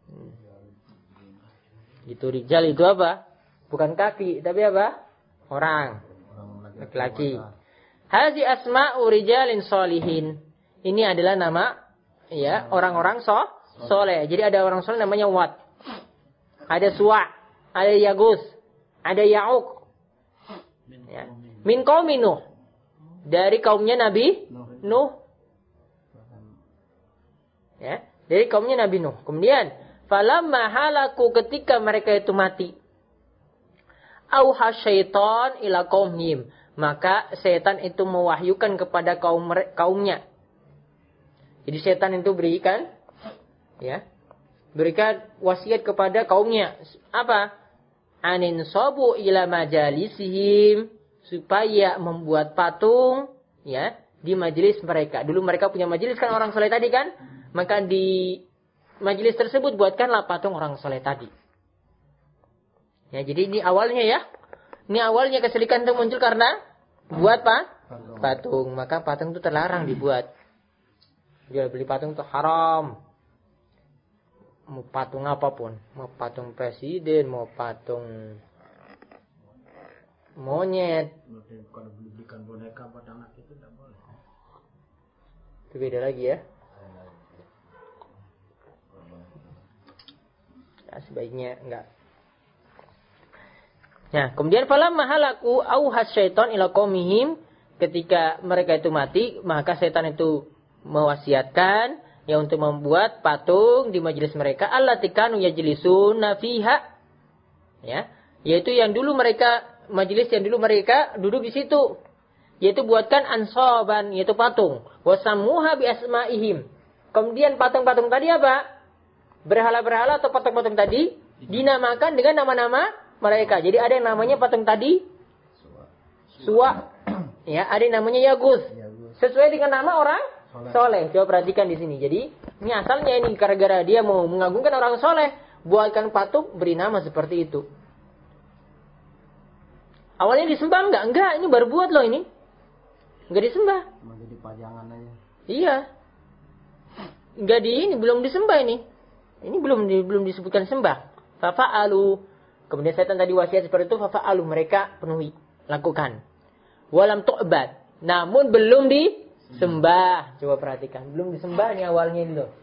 Gitu, rijal itu apa? Bukan kaki, tapi apa? Orang. Laki-laki. Hazi asma'u rijalin solihin. Ini adalah nama ya orang-orang soleh. Jadi ada orang soleh namanya Wat. Ada Suwa, ada Yagus, ada Ya'uq. Ya. Min qaumi Nuh. Dari kaumnya Nabi Nuh. Ya, dari kaumnya Nabi Nuh. Kemudian, falamma halaku, ketika mereka itu mati. Auha syaitan ila qaumhim. Maka setan itu mewahyukan kepada kaumnya. Jadi setan itu berikan wasiat kepada kaumnya. Apa? Anin sabu ila majalisihim, supaya membuat patung ya di majelis mereka. Dulu mereka punya majelis kan orang soleh tadi kan? Maka di majelis tersebut buatkanlah patung orang soleh tadi. Ya, jadi ini awalnya ya. Ini awalnya keselikan itu muncul karena buat patung. Maka patung itu terlarang dibuat. Jual beli patung itu haram. Mau patung apapun, mau patung presiden, mau patung monyet. Kalau belikan boneka buat anak itu tidak boleh. Itu beda lagi ya. Ya sebaiknya enggak. Nah, kemudian falamma halaku auhas syaitan ila qaumihim, ketika mereka itu mati, maka setan itu mewasiatkan ya untuk membuat patung di majelis mereka allati kanu yajlisuna fiha, ya, yaitu yang dulu mereka majelis yang dulu mereka duduk di situ, yaitu buatkan ansaban, yaitu patung, wasamuha bi asmaihim. Kemudian patung-patung tadi apa? Berhala-berhala atau patung-patung tadi dinamakan dengan nama-nama mereka. Jadi ada yang namanya patung tadi Suwa, ya, ada yang namanya Yagus. Sesuai dengan nama orang soleh. Coba perhatikan di sini. Jadi ini asalnya ini gara-gara dia mau mengagungkan orang soleh, buatkan patung beri nama seperti itu. Awalnya disembah enggak? Enggak, ini baru buat loh ini. Enggak disembah. Mau jadi pajangan aja. Iya. Enggak ini belum disembah ini. Ini belum disebutkan sembah. Fafa'alu. Kemudian setan tadi wasiat seperti itu, fafa'alu, mereka penuhi, lakukan. Walam tu'bad. Namun belum disembah. Coba perhatikan, belum disembah ini awalnya ini loh.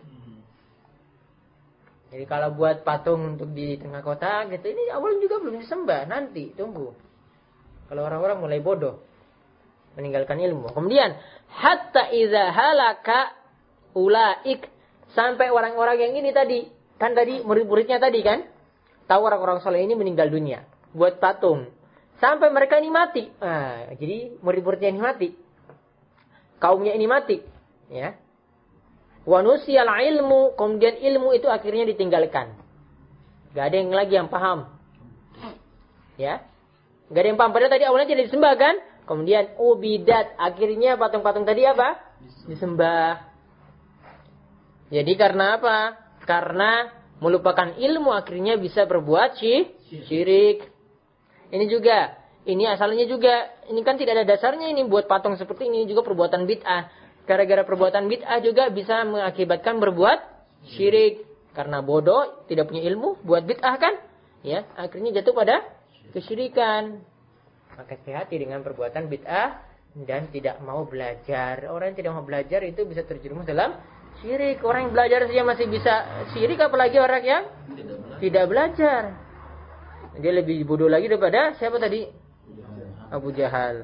Jadi kalau buat patung untuk di tengah kota gitu, ini awalnya juga belum disembah. Nanti tunggu. Kalau orang-orang mulai bodoh, meninggalkan ilmu. Kemudian hatta idza halaka ulaik, sampai orang-orang yang ini tadi, kan tadi murid-muridnya tadi kan, tahu orang-orang soleh ini meninggal dunia, buat patung. Sampai mereka ini mati. Nah, jadi murid-muridnya ini mati. Kaumnya ini mati. Ya. Wa nusiyal ilmu, kemudian ilmu itu akhirnya ditinggalkan. Gak ada yang lagi yang paham. Ya. Gak ada yang paham. Padahal tadi awalnya tidak disembah kan? Kemudian ubidat, akhirnya patung-patung tadi apa? Disembah. Jadi karena apa? Karena melupakan ilmu akhirnya bisa berbuat syirik. Ini juga, ini asalnya juga, ini kan tidak ada dasarnya ini buat patung seperti ini juga perbuatan bid'ah. Gara-gara perbuatan bid'ah juga bisa mengakibatkan berbuat syirik. Karena bodoh, tidak punya ilmu, buat bid'ah kan? Ya, akhirnya jatuh pada kesyirikan. Maka hati-hati dengan perbuatan bid'ah dan tidak mau belajar. Orang yang tidak mau belajar itu bisa terjerumus dalam syirik. Orang yang belajar saja masih bisa syirik, apalagi orang yang tidak belajar. Dia lebih bodoh lagi daripada siapa tadi? Abu Jahal.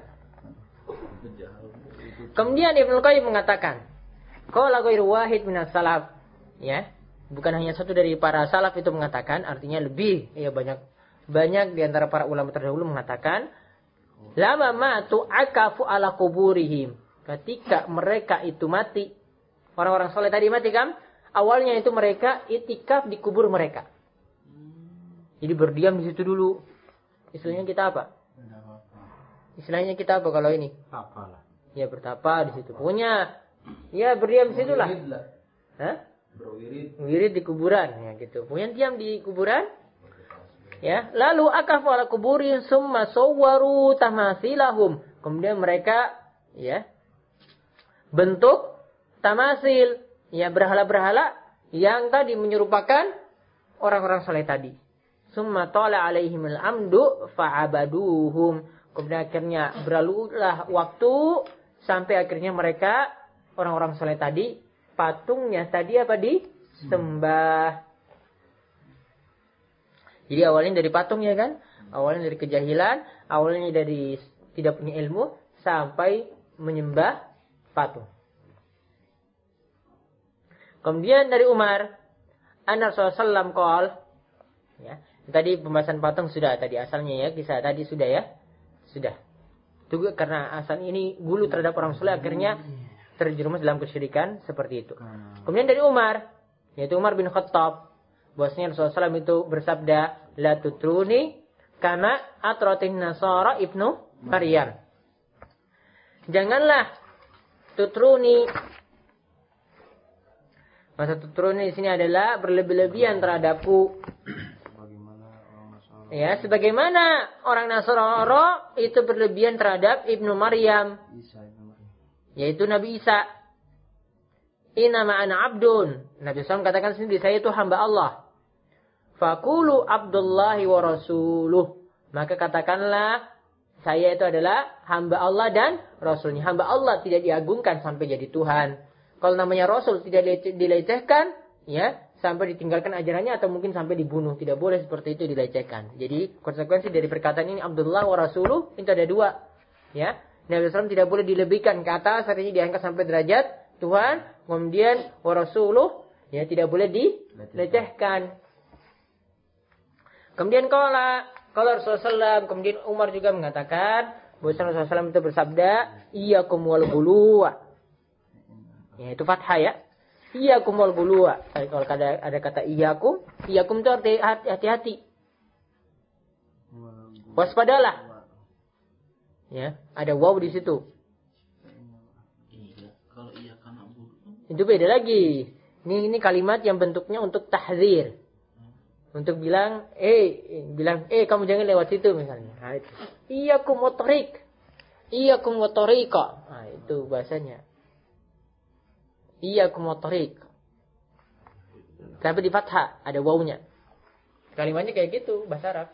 Kemudian Ibnu Qayyim mengatakan, qala ghairu wahid minas salaf, ya. Bukan hanya satu dari para salaf itu mengatakan, artinya lebih, ya banyak di antara para ulama terdahulu mengatakan, lama matu akafu ala kuburihim. Ketika mereka itu mati, orang-orang soleh tadi mati kan? Awalnya itu mereka itikaf di kubur mereka. Jadi berdiam di situ dulu. Istilahnya kita apa? Istilahnya kita apa kalau ini? Apalah. Ya bertapa di situ. Pokoknya ya berdiam di situ lah. Hah? Wirid di kuburan ya gitu. Pokoknya diam di kuburan. Ya, lalu akafu ala kuburin summa sawwaru tamasilahum. Kemudian mereka ya bentuk tamasil, ya berhala-berhala yang tadi menyerupakan orang-orang saleh tadi. Summa tala alaihimul amdu fa'abaduhum. Kemudian akhirnya berlalulah waktu sampai akhirnya mereka orang-orang saleh tadi patungnya tadi apa disembah. Jadi awalnya dari patung ya kan? Awalnya dari kejahilan, awalnya dari tidak punya ilmu sampai menyembah patung. Kemudian dari Umar, Anna Rasulullah SAW, ya, tadi pembahasan patung sudah tadi asalnya ya, kisah tadi sudah ya, sudah. Itu karena asal ini gulu terhadap orang soleh akhirnya terjerumus dalam kesyirikan seperti itu. Kemudian dari Umar, yaitu Umar bin Khattab, bahwasanya Rasulullah SAW itu bersabda, la tutruni kama atratin Nasara ibnu Maryam. Janganlah tutruni. Masa tutruni di sini adalah berlebih-lebihan terhadapku. Ya, sebagaimana orang Nasara itu berlebihan terhadap Ibnu Maryam, yaitu Nabi Isa. Innama ana abdun. Nabi SAW katakan sendiri, saya itu hamba Allah. Fakulu Abdullahi wa rasuluh. Maka katakanlah, saya itu adalah hamba Allah dan Rasulnya. Hamba Allah tidak diagungkan sampai jadi Tuhan. Kalau namanya Rasul tidak dilecehkan, ya, sampai ditinggalkan ajarannya atau mungkin sampai dibunuh. Tidak boleh seperti itu dilecehkan. Jadi konsekuensi dari perkataan ini Abdullah wa Rasuluh itu ada dua. Ya, Nabi SAW tidak boleh dilebihkan ke atas, artinya diangkat sampai derajat Tuhan. Kemudian wa Rasuluh, ya, tidak boleh dilecehkan. Kemudian kalau Rasulullah SAW, kemudian Umar juga mengatakan bahwa Rasulullah SAW itu bersabda, iyyakum wal ghuluwa. Ya, itu fathah ya. Iyyakum wal ghuluwa. Kalau ada kata iyyakum itu arti hati-hati. Waspadalah. Ya, ada waw di situ. Iya, kalau iya karena bodoh. Itu beda lagi. Ini kalimat yang bentuknya untuk tahzir. Untuk bilang, kamu jangan lewat situ misalnya. Nah, itu. Iyyakum wa tariq. Iyyakum wa tariqa. Nah, itu bahasanya. Iyyakum wa tariq. Sampai di fathah, ada wawunya. Kalimatnya kayak gitu, bahasa Arab.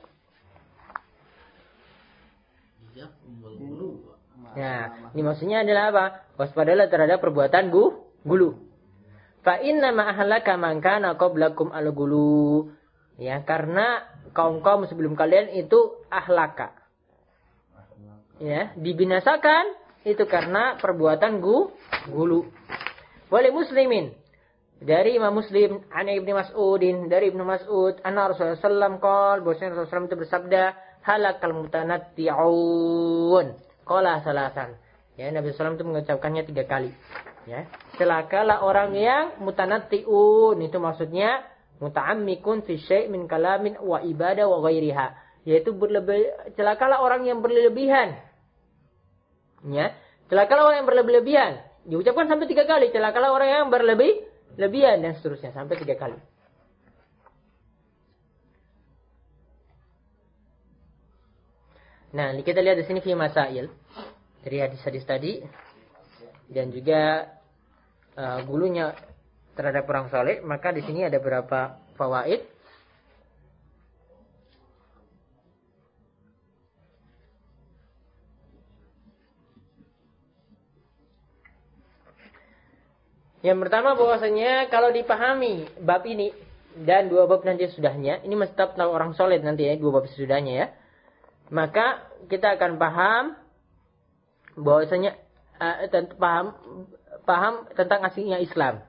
Nah, ini maksudnya adalah apa? Waspadalah terhadap perbuatan gulu. Fa inna ma ahlaka man kana qablakum al-gulu. Ya, karena kaum-kaum sebelum kalian itu ahlaka. Ya, dibinasakan itu karena perbuatan gulu. Wali muslimin. Dari Imam Muslim, an Ibnu Mas'udin, dari Ibnu Mas'ud, anna Rasulullah sallallahu alaihi wasallam bahwasanya Rasulullah itu bersabda, halakal mutanatti'un. Qala salasan. Ya, Nabi sallallahu itu mengucapkannya 3 kali. Ya, celakalah orang yang mutanatti'un, itu maksudnya muta'ammikun fi syai' min kalamin wa ibadah wa ghairiha, yaitu celakalah orang yang berlebihan. Ya, celakalah orang yang berlebihan. Diucapkan sampai 3 kali, celakalah orang yang berlebihan dan seterusnya sampai 3 kali. Nah, kita lihat di sini fi masail dari hadis-hadis tadi dan juga gulunya terhadap orang saleh, maka di sini ada beberapa fawaid. Yang pertama bahwasanya kalau dipahami bab ini dan 2 bab nanti sudahnya, ini mesti tentang orang soleh nanti ya, 2 bab sudahnya ya. Maka kita akan paham bahwasanya paham tentang aslinya Islam.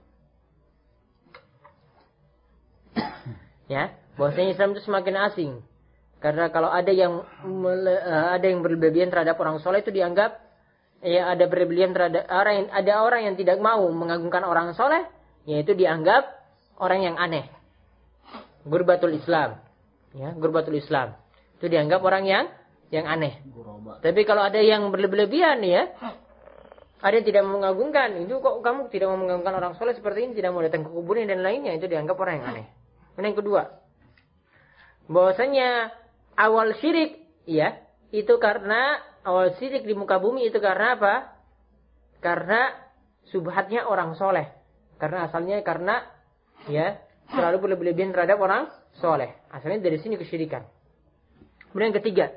Ya, bahwasanya Islam itu semakin asing. Karena kalau ada yang berlebihan terhadap orang soleh itu dianggap ya ada berlebihan terhadap orang yang tidak mau mengagungkan orang soleh, yaitu dianggap orang yang aneh. Gurbatul Islam. Ya, gurbatul Islam. Itu dianggap orang yang aneh. Tapi kalau ada yang berlebihan ya, ada yang tidak mengagungkan, itu kok kamu tidak mau mengagungkan orang soleh seperti ini, tidak mau datang ke kuburnya dan lainnya, itu dianggap orang yang aneh. Dan yang kedua, bahwasanya awal syirik ya, itu karena awal syirik di muka bumi itu karena apa? karena subhatnya orang soleh. Karena asalnya karena ya selalu berlebihan terhadap orang soleh. Asalnya dari sini kesyirikan. Kemudian yang ketiga.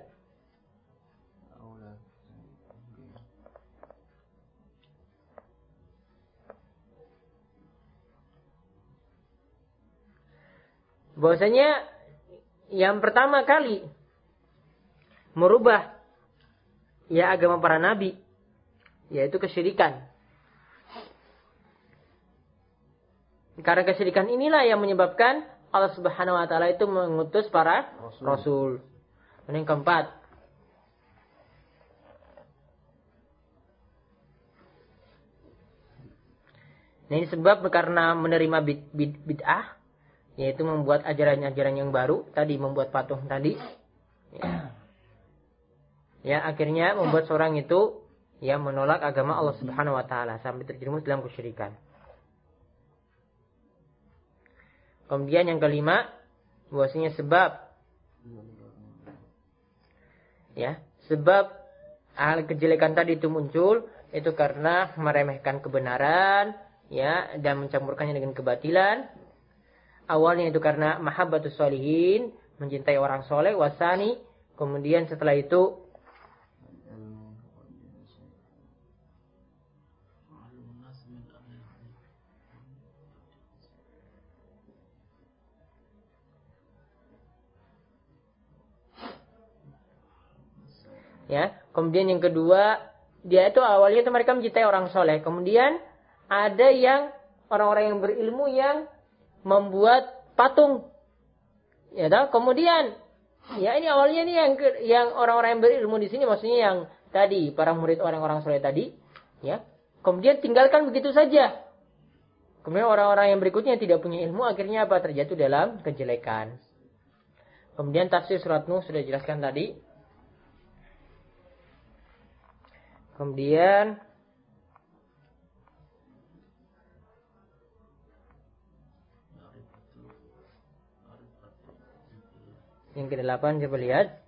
Bahwasanya yang pertama kali merubah ya agama para nabi, yaitu kesyirikan. Karena kesyirikan inilah yang menyebabkan Allah Subhanahu wa taala itu mengutus para rasul. Dan yang keempat, nah ini sebab karena menerima bid'ah, yaitu membuat ajaran-ajaran yang baru, tadi membuat patung tadi, ya akhirnya membuat seorang itu ya menolak agama Allah Subhanahu wa taala sampai terjerumus dalam kesyirikan. Kemudian yang kelima, bahwasanya sebab hal kejelekan tadi itu muncul itu karena meremehkan kebenaran ya dan mencampurkannya dengan kebatilan. Awalnya itu karena mahabbatus sholihin, mencintai orang soleh, wasani, kemudian setelah itu ya, kemudian yang kedua, dia itu awalnya itu mereka mencintai orang soleh. Kemudian ada yang orang-orang yang berilmu yang membuat patung. Ya, tahu? Kemudian ya ini awalnya ini yang orang-orang yang berilmu di sini maksudnya yang tadi para murid orang-orang soleh tadi, ya. Kemudian tinggalkan begitu saja. Kemudian orang-orang yang berikutnya yang tidak punya ilmu akhirnya apa? Terjatuh dalam kejelekan. Kemudian tafsir surat Nuh sudah dijelaskan tadi. Kemudian yang ke-8 coba lihat.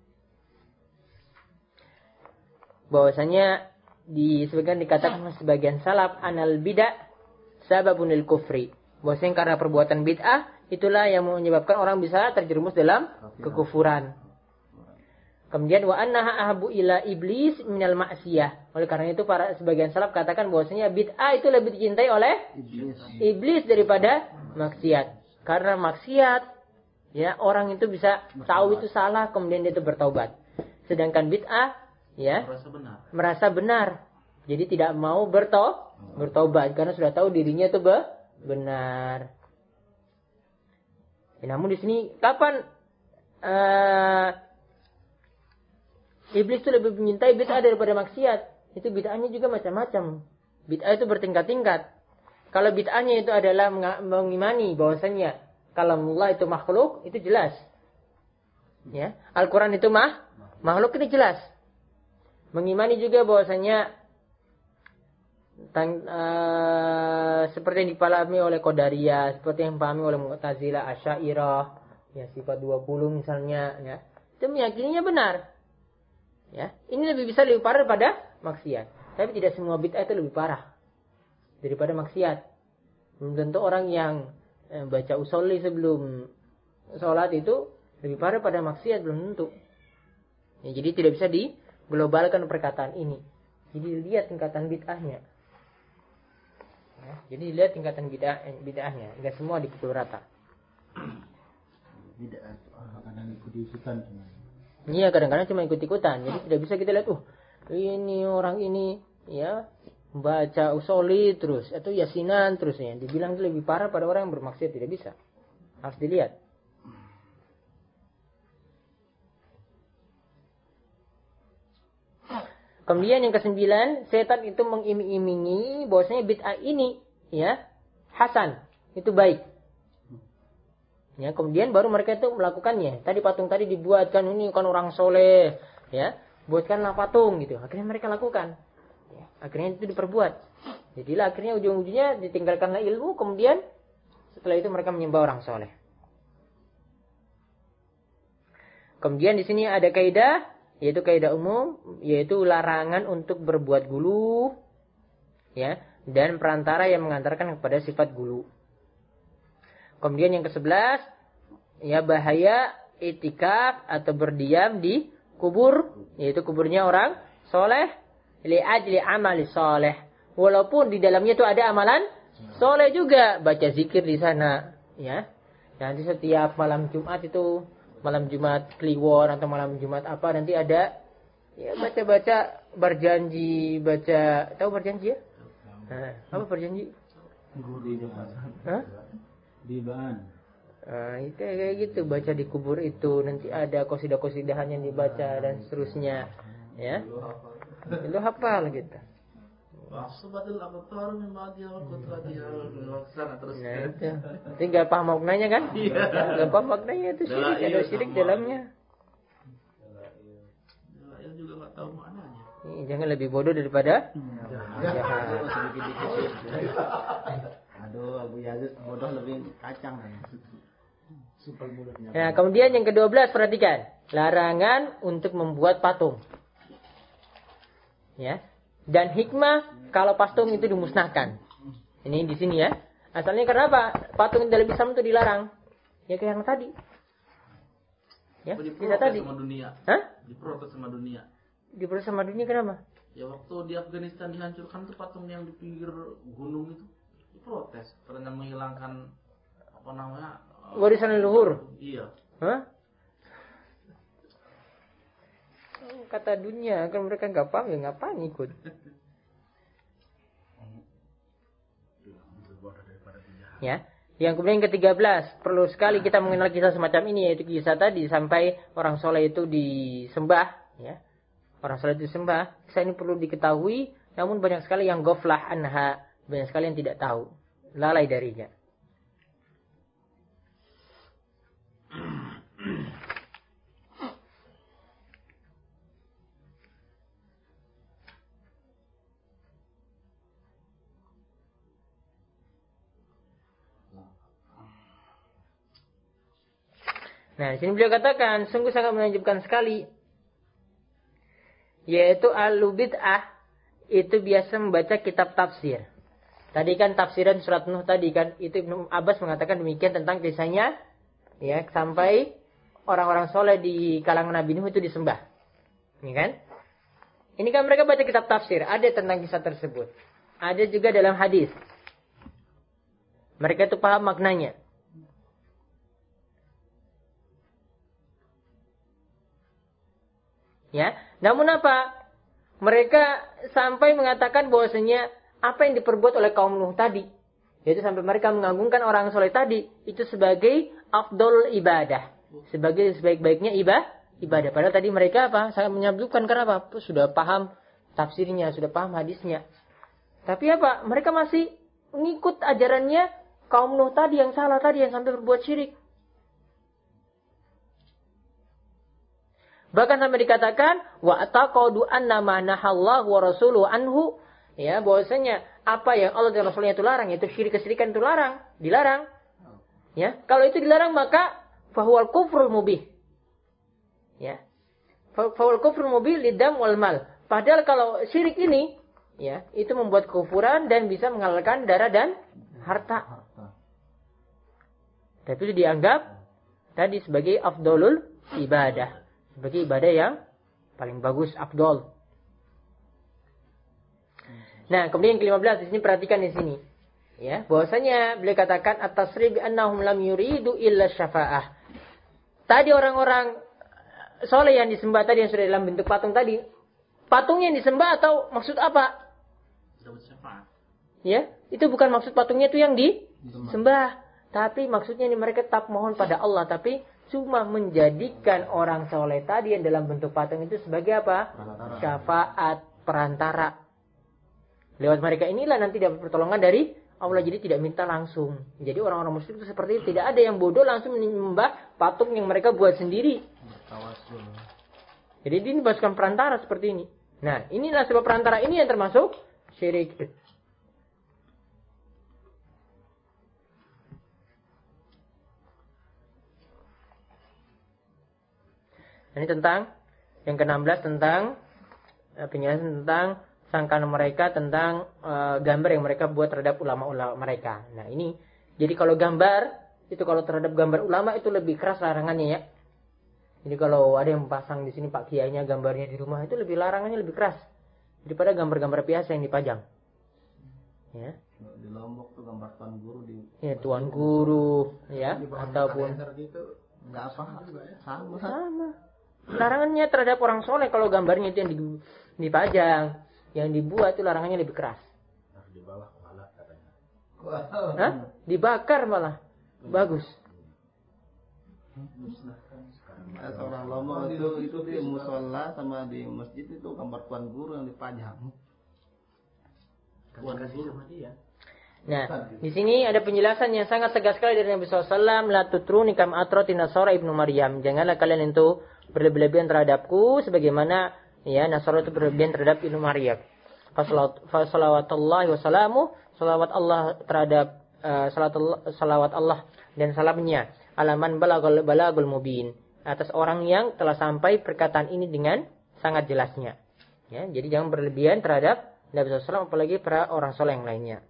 Bahwasanya disebutkan dikatakan sebagian salaf anal bid'ah sababun lil kufri. Bahwasanya karena perbuatan bid'ah itulah yang menyebabkan orang bisa terjerumus dalam kekufuran. Kemudian wa annaha ahabu ila iblis minal ma'siyah. Oleh karena itu para sebagian salaf katakan bahwasanya bid'ah itu lebih dicintai oleh iblis daripada maksiat. Karena maksiat ya orang itu bisa tahu itu salah kemudian dia itu bertaubat. Sedangkan bid'ah ya merasa benar. Jadi tidak mau bertaubat karena sudah tahu dirinya itu benar. Ya, namun di sini kapan iblis itu lebih menyintai bid'ah daripada maksiat. Itu bid'ahnya juga macam-macam. Bid'ah itu bertingkat-tingkat. Kalau bid'ahnya itu adalah mengimani bahwasanya kalamullah itu makhluk, itu jelas. Ya, Al-Quran itu makhluk, ini jelas. Mengimani juga bahwasanya seperti yang dipahami oleh Qadariyah, seperti yang dipahami oleh Mu'tazilah, Asy'ariyah, ya sifat 20 misalnya, ya. Itu meyakininya benar. Ya, ini lebih parah daripada maksiat. Tapi tidak semua bid'ah itu lebih parah daripada maksiat. Belum tentu orang yang baca usolli sebelum sholat itu lebih parah pada maksiat, belum tentu. Ya, jadi tidak bisa diglobalkan perkataan ini. Jadi lihat tingkatan bid'ahnya. Ya, jadi lihat tingkatan bid'ahnya. Tidak semua dipukul rata. Bid'ah kadang ikut-ikutan. Iya, kadang-kadang cuma ikut-ikutan. Jadi tidak bisa kita lihat, ini orang ini ya baca usolli terus atau yasinan terus ya. Dibilang itu lebih parah pada orang yang bermaksiat, tidak bisa. Harus dilihat. Kemudian yang ke-9, setan itu mengiming-imingi bahwasanya bid'ah ini ya hasan, itu baik. Ya, kemudian baru mereka itu melakukannya. Tadi patung tadi dibuatkan, ini kan orang soleh, ya, buatkanlah patung gitu. Akhirnya mereka lakukan. Ya, akhirnya itu diperbuat. Jadilah akhirnya ujung-ujungnya ditinggalkanlah ilmu, kemudian setelah itu mereka menyembah orang soleh. Kemudian di sini ada kaidah, yaitu kaidah umum, yaitu larangan untuk berbuat gulu, ya, dan perantara yang mengantarkan kepada sifat gulu. Kemudian yang ke-11, ya, bahaya itikaf atau berdiam di kubur, yaitu kuburnya orang soleh, li'ajli amali soleh. Walaupun di dalamnya itu ada amalan soleh juga, baca zikir di sana, ya. Nanti setiap malam Jumat itu, malam Jumat Kliwon atau malam Jumat apa, nanti ada, ya, baca-baca berjanji, baca, tahu berjanji ya? Nah, apa berjanji? Hah? Dibaan. Itu kayak gitu, baca di kubur itu, nanti ada qasidah-qasidahan yang dibaca dan seterusnya, ya. Itu hafal gitu. Wahsubatul aqtar min ba'di wa qutratiha terus. Nah, itu. Nanti enggak paham maknanya kan? Enggak paham maknanya, itu syirik, ada syirik dalamnya. Ya juga enggak tahu maknanya. Jangan lebih bodoh daripada jahat. Aduh, Abu Yazid bodoh lebih kacang. Nah, kemudian yang ke-12, perhatikan. Larangan untuk membuat patung. Ya. Dan hikmah kalau patung itu dimusnahkan. Ini di sini ya. Asalnya kenapa patung dalam Islam itu dilarang? Ya kayak yang tadi. Ya, kita tadi. Sama dunia. Hah? Diprotes sama dunia. Diprotes sama dunia kenapa? Ya waktu di Afghanistan dihancurkan tuh patung yang di pinggir gunung itu diprotes karena menghilangkan apa namanya warisan leluhur. Iya. Hah? Kata dunia kan mereka nggak paham, ya ngapain ikut? Ya. Yang kemudian ke-13, perlu sekali kita mengenal kisah semacam ini, yaitu kisah tadi sampai orang soleh itu disembah, ya. Orang soleh itu disembah. Kisah ini perlu diketahui, namun banyak sekali yang ghaflah anha, banyak sekali yang tidak tahu, lalai darinya. Nah, di sini beliau katakan sungguh sangat menakjubkan sekali, yaitu al-bid'ah itu biasa membaca kitab tafsir. Tadi kan tafsiran surat Nuh tadi kan, itu Ibnu Abbas mengatakan demikian tentang kisahnya, ya, sampai orang-orang soleh di kalangan Nabi Nuh itu disembah. Ini kan? Ini kan mereka baca kitab tafsir, ada tentang kisah tersebut. Ada juga dalam hadis. Mereka itu paham maknanya. Ya, namun apa? Mereka sampai mengatakan bahwasanya apa yang diperbuat oleh kaum Nuh tadi, yaitu sampai mereka mengagungkan orang soleh tadi itu sebagai afdol ibadah, sebagai sebaik-baiknya ibadah. Padahal tadi mereka apa? Sangat menyabdulkan karena apa? Sudah paham tafsirnya, sudah paham hadisnya. Tapi apa? Mereka masih mengikut ajarannya kaum Nuh tadi yang salah tadi, yang sampai berbuat syirik. Bahkan sampai dikatakan wa taqadu anna ma nahallahu wa rasuluhu anhu, ya, bahwasanya apa yang Allah dan Rasulnya itu larang, yaitu syirik-kesyirikan itu dilarang. Ya, kalau itu dilarang maka fahuwal kufrul mubih. Ya. Fahuwal kufrul mubih lidam wal mal. Padahal kalau syirik ini, ya, itu membuat kufuran dan bisa menghalalkan darah dan harta. Tapi itu dianggap tadi sebagai afdolul ibadah. Sebagai ibadah yang paling bagus, afdol. Nah, kemudian yang ke-15 di sini perhatikan di sini. Ya, bahwasanya beliau katakan at-tasrib annahum lam yuridu illa syafa'ah. Tadi orang-orang soleh yang disembah tadi yang sudah dalam bentuk patung tadi, patungnya yang disembah atau maksud apa? Ya, itu bukan maksud patungnya itu yang disembah, tapi maksudnya ini mereka tetap mohon pada Allah, tapi cuma menjadikan orang soleh tadi yang dalam bentuk patung itu sebagai apa? Syafaat, perantara. Lewat mereka inilah nanti dapat pertolongan dari Allah, jadi tidak minta langsung. Jadi orang-orang musyrik itu seperti itu, tidak ada yang bodoh langsung menyembah patung yang mereka buat sendiri. Jadi ini pasukan perantara seperti ini. Nah, inilah sebab perantara ini yang termasuk syirik. Ini tentang yang ke-16 tentang penjelasan tentang sangkaan mereka tentang gambar yang mereka buat terhadap ulama-ulama mereka. Nah ini, jadi kalau gambar itu, kalau terhadap gambar ulama itu lebih keras larangannya ya. Jadi kalau ada yang pasang di sini Pak Kiainya gambarnya di rumah, itu lebih larangannya lebih keras daripada gambar-gambar biasa yang dipajang. Ya. Di Lombok tuh gambar tuan guru di. Ya tuan guru, ya, ataupun gitu nggak apa juga ya. Sama. Larangannya terhadap orang soleh kalau gambarnya itu yang dipajang, yang dibuat itu larangannya lebih keras. Harus di bawah malah katanya. Hah? Dibakar malah. Bagus. Seorang Lombok itu di musola sama di masjid itu gambar tuan guru yang dipajang. Tuan guru sama dia. Nah, di sini ada penjelasan yang sangat tegas sekali dari Nabi SAW. La tutruni kam atrati Nasara ibnu Maryam. Janganlah kalian itu berlebihan terhadapku sebagaimana ya Nasara itu berlebihan terhadap ibnu Maryam. Fasalawatullahi wassalamu, salawat Allah terhadap salawat Allah dan salamnya alaman balagul mubin, atas orang yang telah sampai perkataan ini dengan sangat jelasnya. Ya, jadi jangan berlebihan terhadap Nabi SAW apalagi para orang soleh yang lainnya.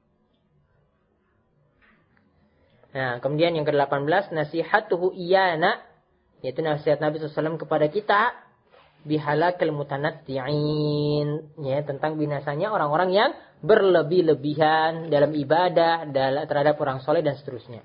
Nah, kemudian yang ke-18 nasihatuhu iyana, yaitu nasihat Nabi SAW kepada kita bihalakil mutanatti'in, ya, tentang binasanya orang-orang yang berlebih-lebihan dalam ibadah terhadap orang soleh dan seterusnya.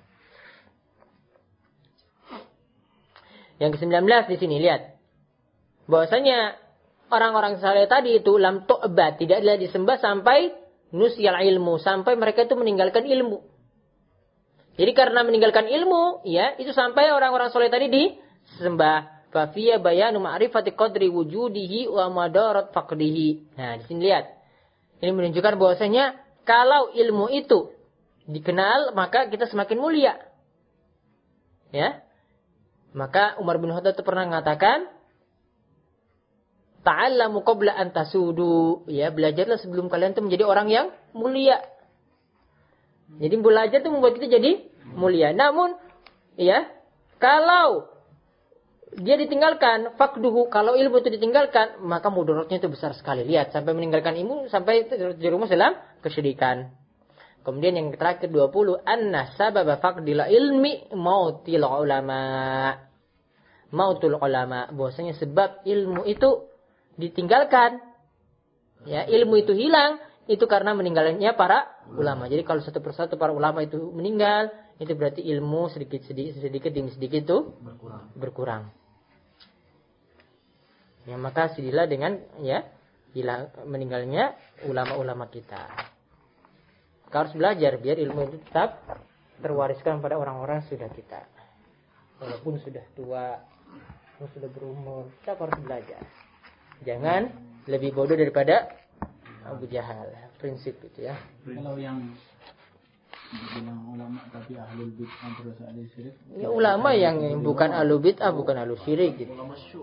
Yang ke-19 di sini lihat bahwasanya orang-orang saleh tadi itu lam tu'bad, tidaklah disembah sampai nusyal ilmu, sampai mereka itu meninggalkan ilmu. Jadi karena meninggalkan ilmu, ya, itu sampai orang-orang soleh tadi disembah. Fa fiya bayanu ma'rifati qadri wujudihi wa madarat faqdihi. Nah, di sini lihat. Ini menunjukkan bahwasanya kalau ilmu itu dikenal, maka kita semakin mulia. Ya. Maka Umar bin Khattab itu pernah mengatakan, ta'allamu qabla an tasudu, ya, belajarlah sebelum kalian itu menjadi orang yang mulia. Jadi belajar itu membuat kita jadi mulia. Namun, ya, kalau dia ditinggalkan, fakduhu, kalau ilmu itu ditinggalkan, maka mudaratnya itu besar sekali. Lihat, sampai meninggalkan ilmu, sampai terjerumus dalam kesyirikan. Kemudian yang terakhir 20, anna sababa faqdil ilmi mautil ulama. Mautul ulama, bahwasanya sebab ilmu itu ditinggalkan, ya, ilmu itu hilang, itu karena meninggalnya para ulama. Jadi kalau satu persatu para ulama itu meninggal, itu berarti ilmu sedikit demi sedikit itu berkurang. Ya, maka sedihlah dengan ya hilang meninggalnya ulama-ulama kita. Kita harus belajar biar ilmu itu tetap terwariskan pada orang-orang sudah kita. Walaupun sudah tua, sudah berumur, kita harus belajar. Jangan lebih bodoh daripada Abu Jahal, prinsip itu ya. Kalau yang dibilang ulama tapi ahlul bid'ah terus ahli syirik. Ya, ulama yang bukan ahlul bid'ah, bukan ahlul syirik gitu.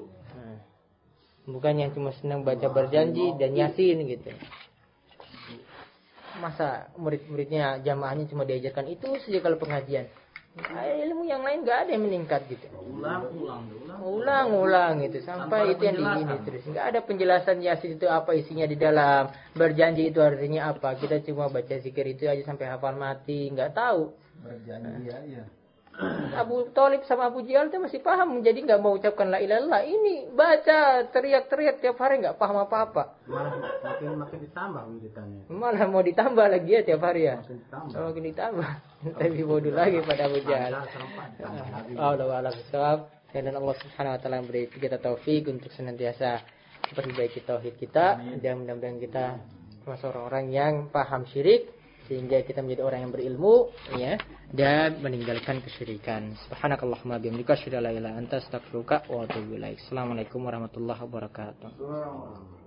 Bukan yang cuma senang baca berjanji dan yasin gitu. Masa murid-muridnya jamaahnya cuma diajarkan itu saja kalau pengajian. Ilmu yang lain gak ada yang meningkat gitu. Ulang gitu sampai itu yang digini terus. Gak ada penjelasan yasin itu apa isinya di dalam, berjanji itu artinya apa. Kita cuma baca zikir itu aja sampai hafal mati, nggak tahu. Berjanji aja. Abu Thalib sama Abu Jahal itu masih paham, jadi nggak mau ucapkan la ilaha illallah. Ini baca teriak-teriak tiap hari nggak paham apa-apa. Makin ditambah wiridannya. Malah mau ditambah lagi ya tiap hari ya. Makin ditambah. Tapi bodoh lagi pada Abu Jahal. Allah bisawab. Dan Allah Subhanahu wa taala memberi kita taufik untuk senantiasa memperbaiki tauhid kita dan mudah-mudahan kita termasuk orang-orang yang paham syirik sehingga kita menjadi orang yang berilmu ya dan meninggalkan kesyirikan. Subhanakallahumma bihamdika asyhadu an la ilaha illa anta astaghfiruka wa atubu ilaik. Assalamualaikum warahmatullahi wabarakatuh.